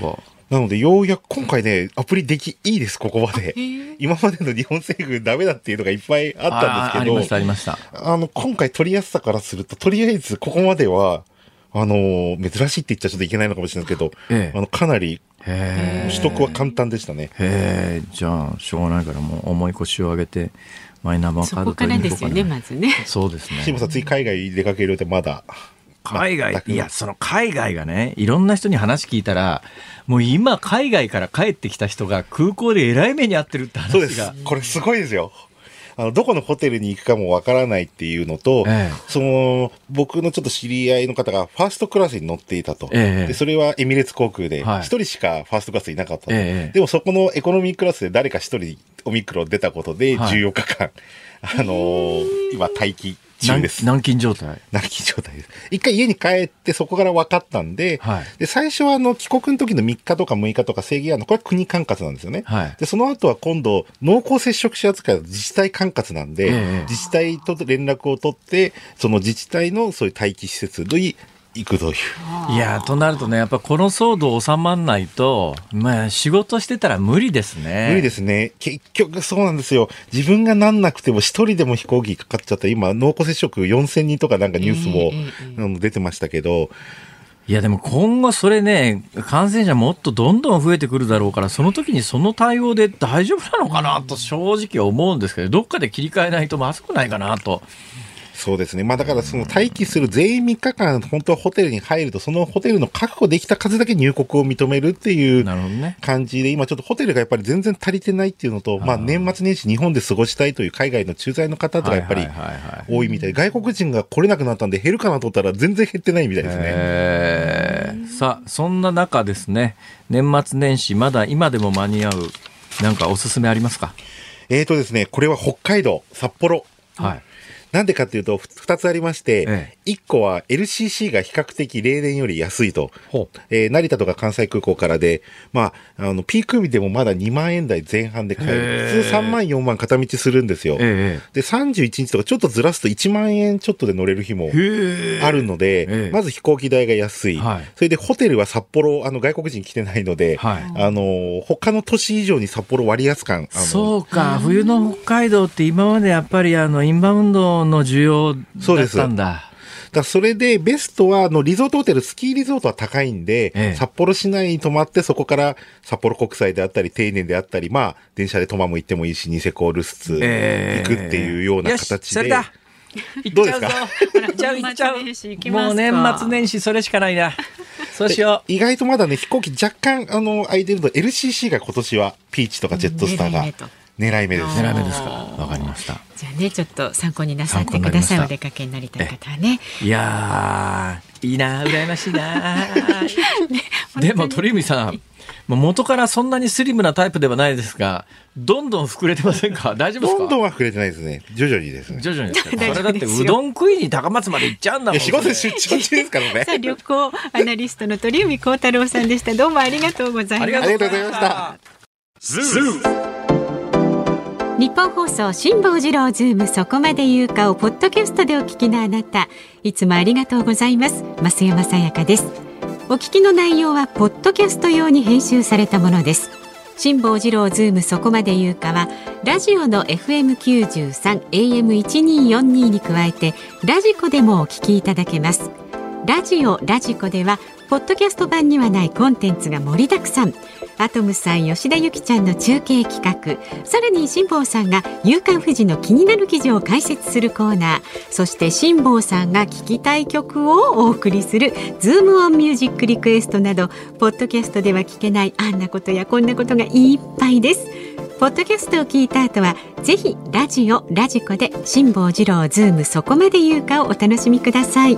なのでようやく今回ねアプリいいです。ここまで今までの日本政府ダメだっていうのがいっぱいあったんですけど、 ありました今回取りやすさからするととりあえずここまでは珍しいって言っちゃちょっといけないのかもしれないですけど、かなり取得は簡単でしたね。 じゃあしょうがないからもう重い腰を上げてマイナンバーカード取りに行こうかな。そこからですよね、まずね。 そうですね。 辛坊さん次海外出かけるってまだ海外、いや、その海外がね、いろんな人に話聞いたら、もう今海外から帰ってきた人が空港でえらい目に遭ってるって話が。 そうです。これすごいですよ。どこのホテルに行くかもわからないっていうのと、僕のちょっと知り合いの方がファーストクラスに乗っていたと。でそれはエミレーツ航空で、一人しかファーストクラスいなかったと。でもそこのエコノミークラスで誰か一人オミクロン出たことで14日間、今待機中です。 軟禁状態です。一回家に帰ってそこから分かったんで、で最初は帰国の時の3日とか6日とか制限これは国管轄なんですよね。でその後は今度濃厚接触者扱いは自治体管轄なんで、自治体と連絡を取ってその自治体のそういう待機施設に行くという。 いやとなるとね、やっぱこの騒動収まらないと、仕事してたら無理ですね。 無理ですね。結局そうなんですよ。自分がなんなくても一人でも飛行機かかっちゃった。今濃厚接触4000人とかなんかニュースも出てましたけど、 いやでも今後それね、感染者もっとどんどん増えてくるだろうから、その時にその対応で大丈夫なのかなと正直思うんですけど、どっかで切り替えないとまずくないかなと。 そうですね。だからその待機する全員3日間本当はホテルに入ると、そのホテルの確保できた数だけ入国を認めるっていう感じで、今ちょっとホテルがやっぱり全然足りてないっていうのと、年末年始日本で過ごしたいという海外の駐在の方とかやっぱり多いみたいで、外国人が来れなくなったんで減るかなと思ったら全然減ってないみたいですね。 さあそんな中ですね、年末年始まだ今でも間に合うなんかおすすめありますか？ ですね、これは北海道札幌。なんでかっていうと、2つありまして、1個は LCC が比較的例年より安いと。成田とか関西空港からで、ピーク日でもまだ2万円台前半で買える。普通3万4万片道するんですよ。で、31日とかちょっとずらすと1万円ちょっとで乗れる日もあるので、まず飛行機代が安い。それでホテルは札幌、外国人来てないので、他の都市以上に札幌割安感。 そうか、冬の北海道って今までやっぱりインバウンドの需要だったんだ。 それでベストはリゾートホテル、スキーリゾートは高いんで、札幌市内に泊まってそこから札幌国際であったり丁寧であったり、電車でトマム行ってもいいし、ニセコルスツ行くっていうような形で。 それだ。 どうですか？ 行っちゃう。もう年末年始それしかないな。そうしよう。 意外とまだね、飛行機若干空いてるので LCC が今年はピーチとかジェットスターが狙い目です。 狙い目ですか。わかりました。 じゃあね、ちょっと参考になさってください。お出かけになりたい方はね。 いやー、いいな、羨ましいな。でも鳥海さん、元からそんなにスリムなタイプではないですが、どんどん膨れてませんか？大丈夫ですか？ どんどんは膨れてないですね。徐々にですね。 徐々にですか？それだってうどん食いに高松まで行っちゃうんだもん。 仕事出張中ですからね。 さあ、旅行アナリストの鳥海高太郎さんでした。どうもありがとうございました。 ありがとうございました。 日本放送辛坊治郎ズームそこまで言うかをポッドキャストでお聞きのあなた、いつもありがとうございます。増山さやかです。お聞きの内容はポッドキャスト用に編集されたものです。辛坊治郎ズームそこまで言うかはラジオの FM93 AM1242 に加えてラジコでもお聞きいただけます。ラジオラジコではポッドキャスト版にはないコンテンツが盛りだくさん。アトムさん、吉田ゆきちゃんの中継企画、さらに辛坊さんが夕刊フジの気になる記事を解説するコーナー、そして辛坊さんが聴きたい曲をお送りするズームオンミュージックリクエストなど、ポッドキャストでは聞けないあんなことやこんなことがいっぱいです。ポッドキャストを聞いた後はぜひラジオラジコで辛坊治郎ズームそこまで言うかをお楽しみください。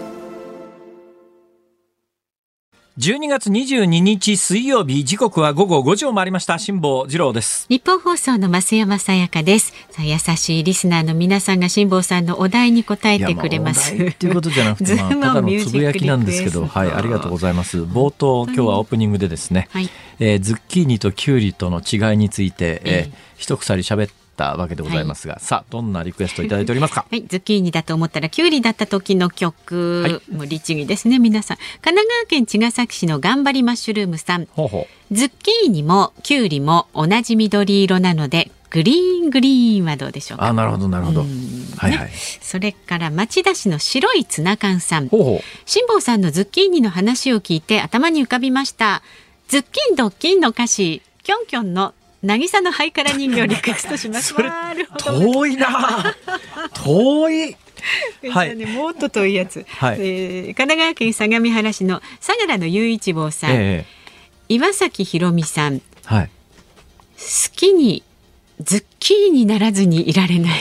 12月22日水曜日、時刻は午後5時を回りました。辛坊治郎です。 日本放送の増山さやかです。さあ、優しいリスナーの皆さんが辛坊さんのお題に答えてくれます。 お題っていうことじゃなくて、ただのつぶやきなんですけど、はい、ありがとうございます。冒頭、今日はオープニングでですね、ズッキーニとキュウリとの違いについて、一鎖喋っったわけでございますが、さあどんなリクエストいただいておりますか。 ズッキーニだと思ったらキュウリだった時の曲、もう律儀ですね皆さん。神奈川県茅ヶ崎市の頑張りマッシュルームさん、ズッキーニもキュウリも同じ緑色なのでグリーンはどうでしょうか。 なるほどなるほど、 それから町田市の白いツナ缶さん、辛坊さんのズッキーニの話を聞いて頭に浮かびました。ズッキンドッキンの歌詞キョンキョンの渚のハイカラ人形リクエストします。 それ遠いな遠いもっと遠いやつ、神奈川県相模原市の相良の雄一坊さん、岩崎宏美さん、好きにズッキーにならずにいられない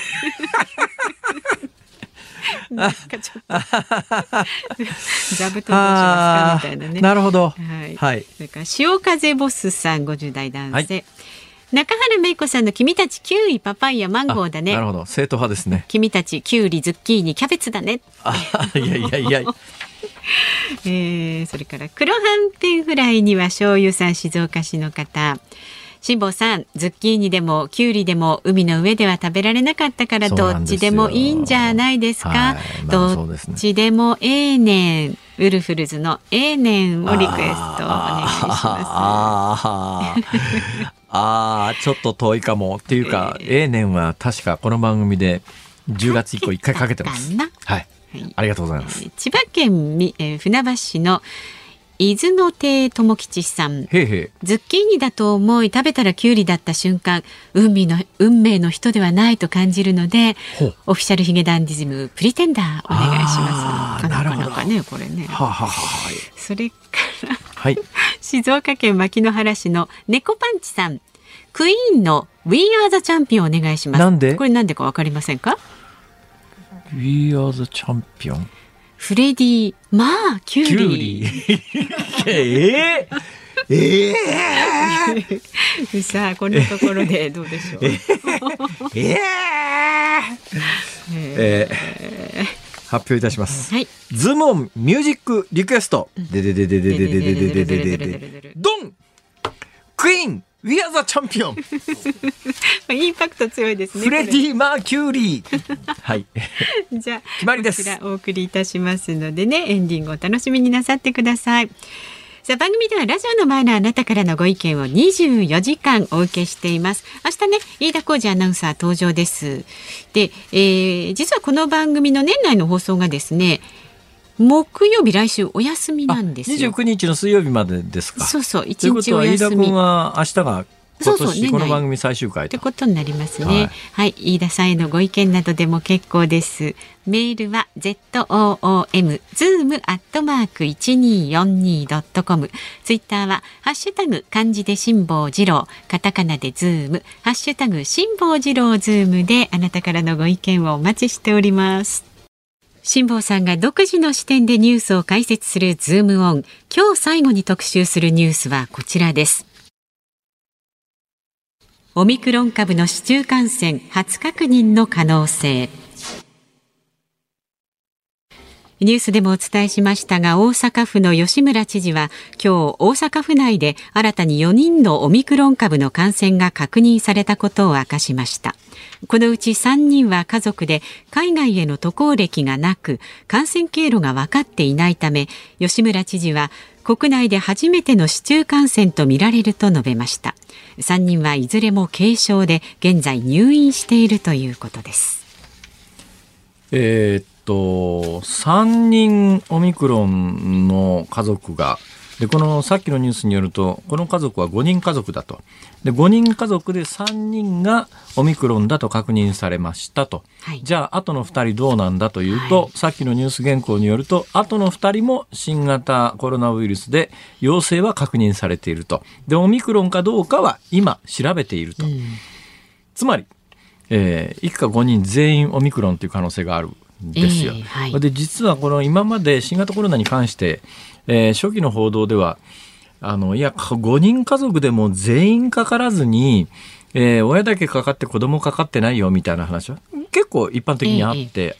なんかちょっと座布団どうしますかみたいなね。 なるほど、 それから潮風ボスさん50代男性、中原芽衣子さんの君たちキウイパパイヤマンゴーだね。 なるほど正統派ですね。 君たちキュウリズッキーニキャベツだね。 いやそれから黒はんぺんフライには醤油さん静岡市の方、辛坊さんズッキーニでもキュウリでも海の上では食べられなかったからどっちでもいいんじゃないですか。どっちでもねんウルフルズのねんをリクエストお願いします。ちょっと遠いかもっていうか、ねんは確かこの番組で10月以降1回かけてます。ありがとうございます。 千葉県船橋市の伊豆の亭智吉さん、ズッキーニだと思い食べたらキュウリだった瞬間、運命の人ではないと感じるので、オフィシャルヒゲダンディズムプリテンダーお願いします。なかなかねこれね。それから、静岡県牧之原市の猫パンチさん、クイーンの We Are the Champion お願いします。これなんでかわかりませんか。 We Are the Champion、 フレディキュウリさあこんなところでどうでしょう。 発表いたします。ズームオンミュージックリクエストでドンクイーンWe are the champion インパクト強いですね。 フレディ・マーキュリーじゃあ決まりです。 こちらお送りいたしますのでね、エンディングをお楽しみになさってください。さあ番組ではラジオの前のあなたからのご意見を24時間お受けしています。明日ね飯田浩司アナウンサー登場です。で、実はこの番組の年内の放送がですね木曜日来週お休みなんですよ。 29日の水曜日までですか。 そうそう、一日お休み。ということは飯田君は明日が今年この番組最終回ということになりますね。飯田さんへのご意見などでも結構です。メールは zoom@1242.com、 ツイッターはハッシュタグ漢字で辛坊治郎、カタカナでズーム、ハッシュタグ辛坊治郎ズームであなたからのご意見をお待ちしております。辛坊さんが独自の視点でニュースを解説するズームオン。今日最後に特集するニュースはこちらです。オミクロン株の市中感染初確認の可能性。ニュースでもお伝えしましたが、大阪府の吉村知事は今日大阪府内で新たに4人のオミクロン株の感染が確認されたことを明かしました。このうち3人は家族で海外への渡航歴がなく、感染経路が分かっていないため、吉村知事は国内で初めての市中感染とみられると述べました。3人はいずれも軽症で現在入院しているということです。 3人オミクロンの家族がで、このさっきのニュースによるとこの家族は5人家族だと。で5人家族で3人がオミクロンだと確認されましたと、じゃあ後の2人どうなんだというと、さっきのニュース原稿によると後の2人も新型コロナウイルスで陽性は確認されていると。でオミクロンかどうかは今調べていると、つまり、一家5人全員オミクロンという可能性があるですよ。で実はこの今まで新型コロナに関して、初期の報道ではいや5人家族でも全員かからずに、親だけかかって子供かかってないよみたいな話は結構一般的にあって、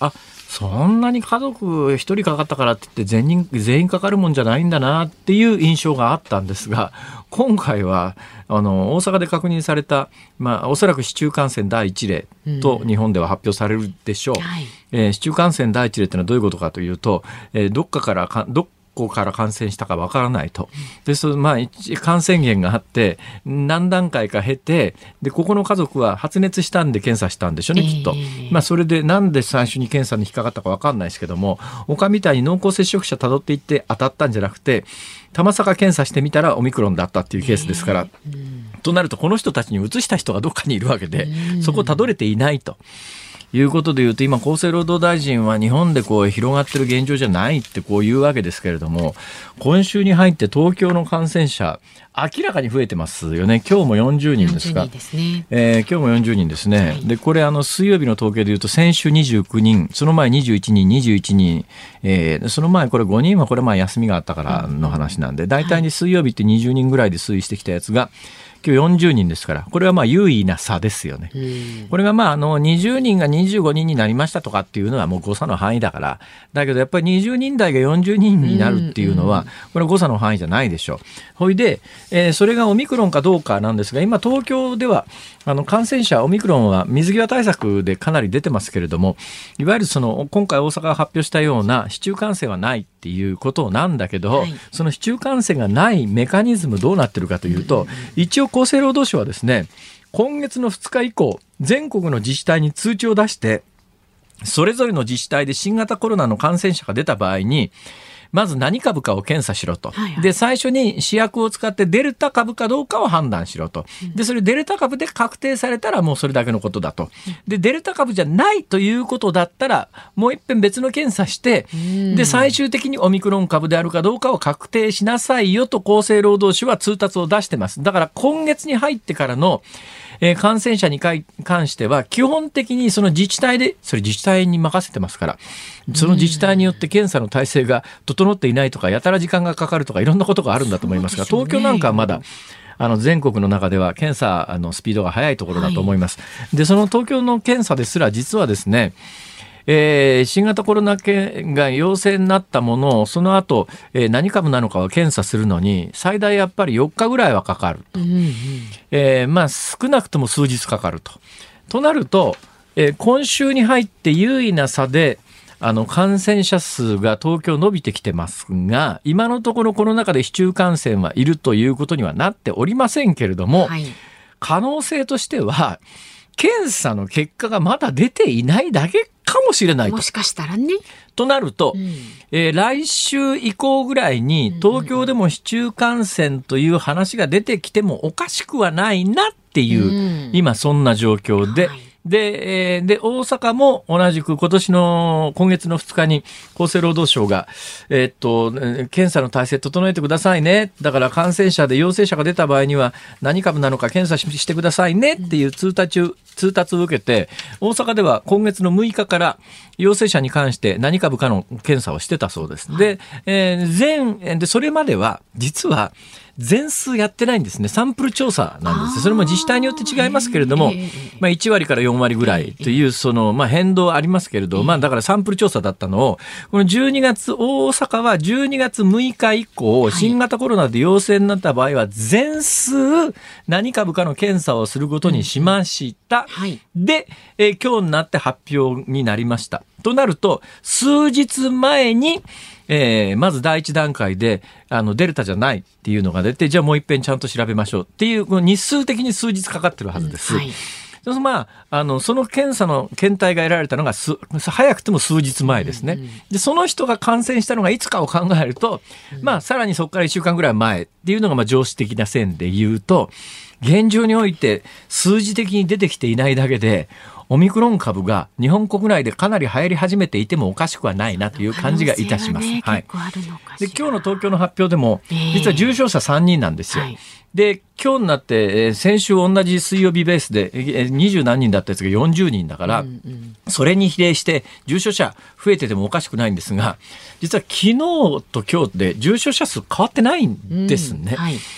そんなに家族1人かかったからって言って全員かかるもんじゃないんだなっていう印象があったんですが、今回は大阪で確認された、おそらく市中感染第1例と日本では発表されるでしょう。市中感染第1例というのはどういうことかというと、どこから感染したかわからないと。で、感染源があって何段階か経て、でここの家族は発熱したんで検査したんでしょうね、きっと。それでなんで最初に検査に引っかかったかわかんないですけども、他みたいに濃厚接触者たどっていって当たったんじゃなくて、たまさか検査してみたらオミクロンだったっていうケースですから、となるとこの人たちに移した人がどっかにいるわけで、そこをたどれていないということでいうと、今厚生労働大臣は日本で広がってる現状じゃないって言うわけですけれども、今週に入って東京の感染者明らかに増えてますよね。今日も40人ですか。今日も40人ですね。でこれ水曜日の統計でいうと、先週29人、その前21人、その前これ5人はこれ休みがあったからの話なんで、大体に水曜日って20人ぐらいで推移してきたやつが今日40人ですから、これは有意な差ですよね。これが20人が25人になりましたとかっていうのはもう誤差の範囲だから、だけどやっぱり20人台が40人になるっていうのは、これは誤差の範囲じゃないでしょう。ほいで、それがオミクロンかどうかなんですが、今東京では感染者オミクロンは水際対策でかなり出てますけれども、いわゆる今回大阪が発表したような市中感染はないっていうことなんだけど、その市中感染がないメカニズムどうなってるかというと、一応厚生労働省はですね、今月の2日以降全国の自治体に通知を出して、それぞれの自治体で新型コロナの感染者が出た場合に、まず何株かを検査しろと。で、最初に試薬を使ってデルタ株かどうかを判断しろと。で、それデルタ株で確定されたらもうそれだけのことだと。で、デルタ株じゃないということだったら、もう一遍別の検査して、で、最終的にオミクロン株であるかどうかを確定しなさいよと厚生労働省は通達を出してます。だから今月に入ってからの感染者に関しては基本的にその自治体で、それ自治体に任せてますから、その自治体によって検査の体制が整っていないとか、やたら時間がかかるとか、いろんなことがあるんだと思いますが、東京なんかはまだ全国の中では検査スピードが速いところだと思います。で、その東京の検査ですら実はですね、新型コロナが陽性になったものをその後、何株なのかを検査するのに最大やっぱり4日ぐらいはかかると、少なくとも数日かかるとなると、今週に入って優位な差で感染者数が東京伸びてきてますが、今のところこの中で市中感染はいるということにはなっておりませんけれども、可能性としては検査の結果がまだ出ていないだけかもしれないと。 もしかしたらね。 となると、来週以降ぐらいに東京でも市中感染という話が出てきてもおかしくはないなっていう、今そんな状況で、で、大阪も同じく今月の2日に厚生労働省が、検査の体制整えてくださいね。だから感染者で陽性者が出た場合には何株なのか検査してくださいねっていう通達を受けて、大阪では今月の6日から陽性者に関して何株かの検査をしてたそうです。で、それまでは実は全数やってないんですね。サンプル調査なんです。それも自治体によって違いますけれども、1割から4割ぐらいという変動ありますけれど、だからサンプル調査だったのを、この12月、大阪は12月6日以降、新型コロナで陽性になった場合は全数何株かの検査をすることにしました。で、今日になって発表になりました。となると、数日前にまず第一段階でデルタじゃないっていうのが出て、じゃあもう一遍ちゃんと調べましょうっていう、この日数的に数日かかってるはずです。その検査の検体が得られたのが早くても数日前ですね。で、その人が感染したのがいつかを考えると、さらにそこから1週間ぐらい前っていうのが常識的な線で言うと、現状において数字的に出てきていないだけで、オミクロン株が日本国内でかなり流行り始めていてもおかしくはないなという感じがいたします。で、今日の東京の発表でも実は重症者3人なんですよ。で、今日になって先週同じ水曜日ベースで20何人だったやつが40人だから、それに比例して重症者増えててもおかしくないんですが、実は昨日と今日で重症者数変わってないんですね。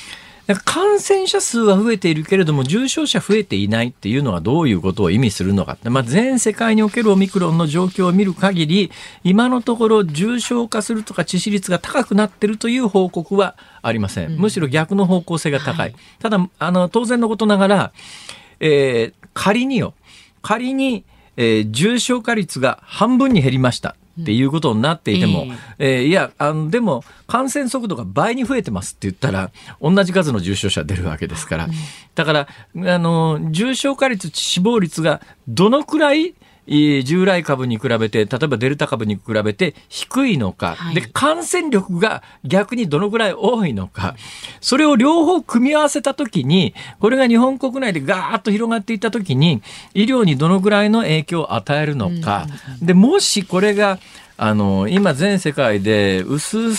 感染者数は増えているけれども重症者増えていないっていうのはどういうことを意味するのかって、全世界におけるオミクロンの状況を見る限り今のところ重症化するとか致死率が高くなっているという報告はありません。むしろ逆の方向性が高い。ただ当然のことながら、仮に重症化率が半分に減りましたっていうことになっていても、でも感染速度が倍に増えてますって言ったら同じ数の重症者出るわけですから、だから重症化率死亡率がどのくらい従来株に比べて、例えばデルタ株に比べて低いのか、で感染力が逆にどのくらい多いのか、それを両方組み合わせたときに、これが日本国内でガーッと広がっていったときに医療にどのくらいの影響を与えるのか、でもしこれが今全世界で薄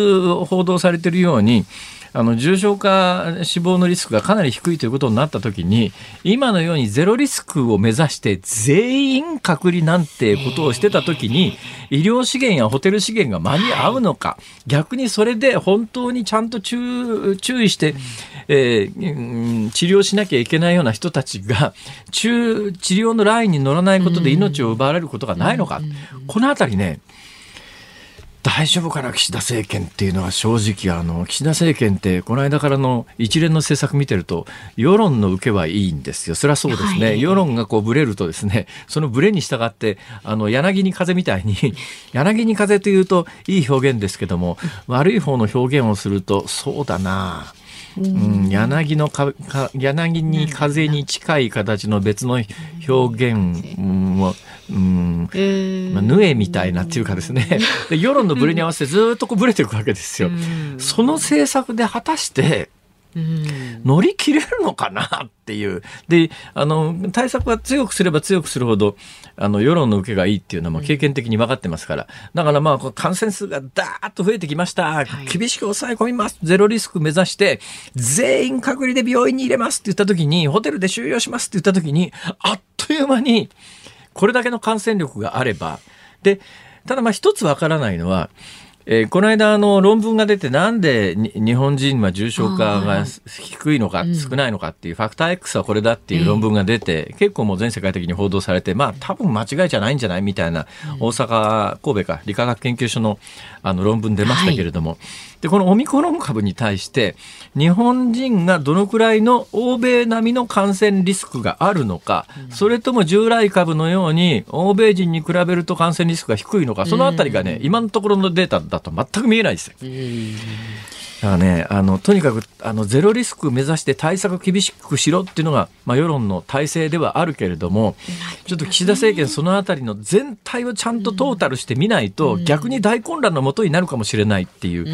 々報道されているように重症化死亡のリスクがかなり低いということになったときに、今のようにゼロリスクを目指して全員隔離なんてことをしてたときに、医療資源やホテル資源が間に合うのか、逆にそれで本当にちゃんと注意して、治療しなきゃいけないような人たちが治療のラインに乗らないことで命を奪われることがないのか、このあたりね、大丈夫かな岸田政権っていうのは、正直岸田政権ってこの間からの一連の政策見てると世論の受けはいいんですよ。それはそうですね、世論がブレるとですね、そのブレに従って柳に風みたいに柳に風というといい表現ですけども、悪い方の表現をするとそうだな、柳に風に近い形の別の表現も、ヌエみたいなっていうかですね、で世論のブレに合わせてずっとブレていくわけですよ。その政策で果たして乗り切れるのかなっていう。で対策は強くすれば強くするほど世論の受けがいいっていうのは経験的に分かってますから、だから感染数がダーッと増えてきました、厳しく抑え込みます、ゼロリスク目指して全員隔離で病院に入れますって言った時に、ホテルで収容しますって言った時に、あっという間にこれだけの感染力があれば、でただ一つ分からないのは、この間論文が出て、なんで日本人は重症化が低いのか少ないのかっていうファクター X はこれだっていう論文が出て、結構もう全世界的に報道されて、多分間違いじゃないんじゃないみたいな、大阪神戸か理化学研究所の論文出ましたけれども、でこのオミクロン株に対して日本人がどのくらいの欧米並みの感染リスクがあるのか、それとも従来株のように欧米人に比べると感染リスクが低いのか、そのあたりがね、今のところのデータだと全く見えないですよ。だからね、とにかくゼロリスク目指して対策厳しくしろっていうのが、世論の体制ではあるけれども、ちょっと岸田政権そのあたりの全体をちゃんとトータルしてみないと、逆に大混乱のもとになるかもしれないっていう、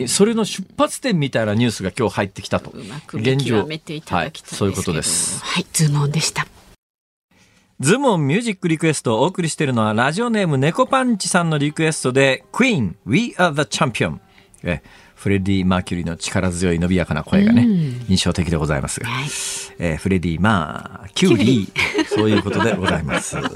それの出発点みたいなニュースが今日入ってきたと。現状、そういうことです。 ズームオンでした。 ズームオンミュージックリクエストをお送りしているのは、ラジオネーム猫パンチさんのリクエストで、クイーン We Are the Champion。フレディ・マーキュリーの力強い伸びやかな声がね、印象的でございますが、フレディ・キューリーそういうことでございます。今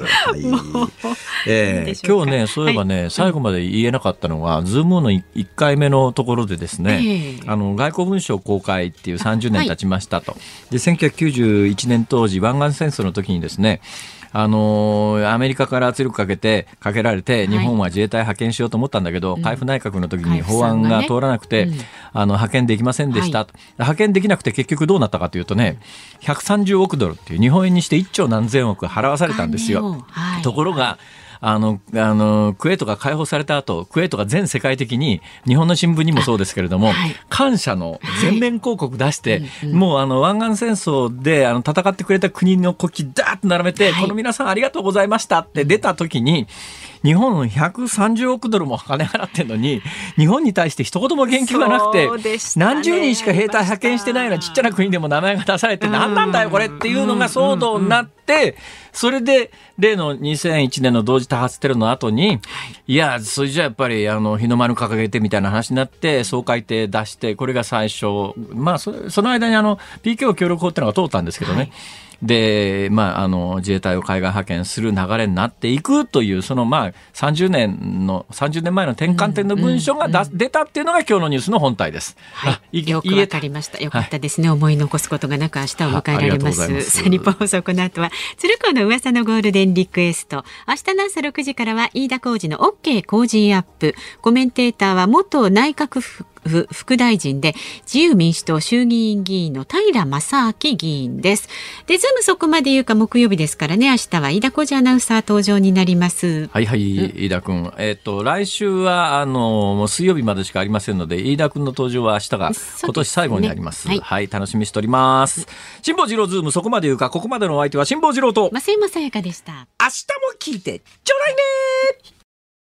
日ね、そういえばね、最後まで言えなかったのが、ズームオンの1回目のところでですね、外交文書公開っていう30年経ちましたと。で1991年当時湾岸戦争の時にですね、アメリカから圧力かけられて、日本は自衛隊派遣しようと思ったんだけど、海部内閣の時に法案が通らなくて、派遣できませんでした、派遣できなくて結局どうなったかというとね、130億ドルっていう日本円にして1兆何千億払わされたんですよ。ところがクウェートが解放された後、クウェートが全世界的に、日本の新聞にもそうですけれども、感謝の全面広告出して、もう湾岸戦争で戦ってくれた国の国旗ダーッと並べて、この皆さんありがとうございましたって出た時に、日本130億ドルも金払ってんのに、日本に対して一言も言及がなくて、何十人しか兵隊派遣してないようなちっちゃな国でも名前が出されて、何なんだよこれっていうのが騒動になって、それで例の2001年の同時多発テロの後に、いやそれじゃやっぱり日の丸掲げてみたいな話になって、総会定出して、これが最初、その間にPKO 協力法っていうのが通ったんですけどね、 で、自衛隊を海外派遣する流れになっていくという、その30年前の転換点の文書が出たっていうのが今日のニュースの本体です。 はい、よくわかりました。よかったですね。思い残すことがなく明日を迎えられます。さあ、日本放送、この後は鶴光の噂のゴールデンリクエスト。明日の朝6時からは飯田浩司の OK 工事アップ。コメンテーターは元内閣府副大臣で自由民主党衆議院議員の平正明議員です。で、ズームそこまで言うか木曜日ですからね、明日は飯田浩司アナウンサー登場になります。 はいはい、飯田君。来週は水曜日までしかありませんので、飯田君の登場は明日が今年最後になります。はい、楽しみにしております。辛坊治郎ズームそこまで言うか、ここまでのお相手は辛坊治郎と増山さやかでした。 明日も聞いてちょうだいね。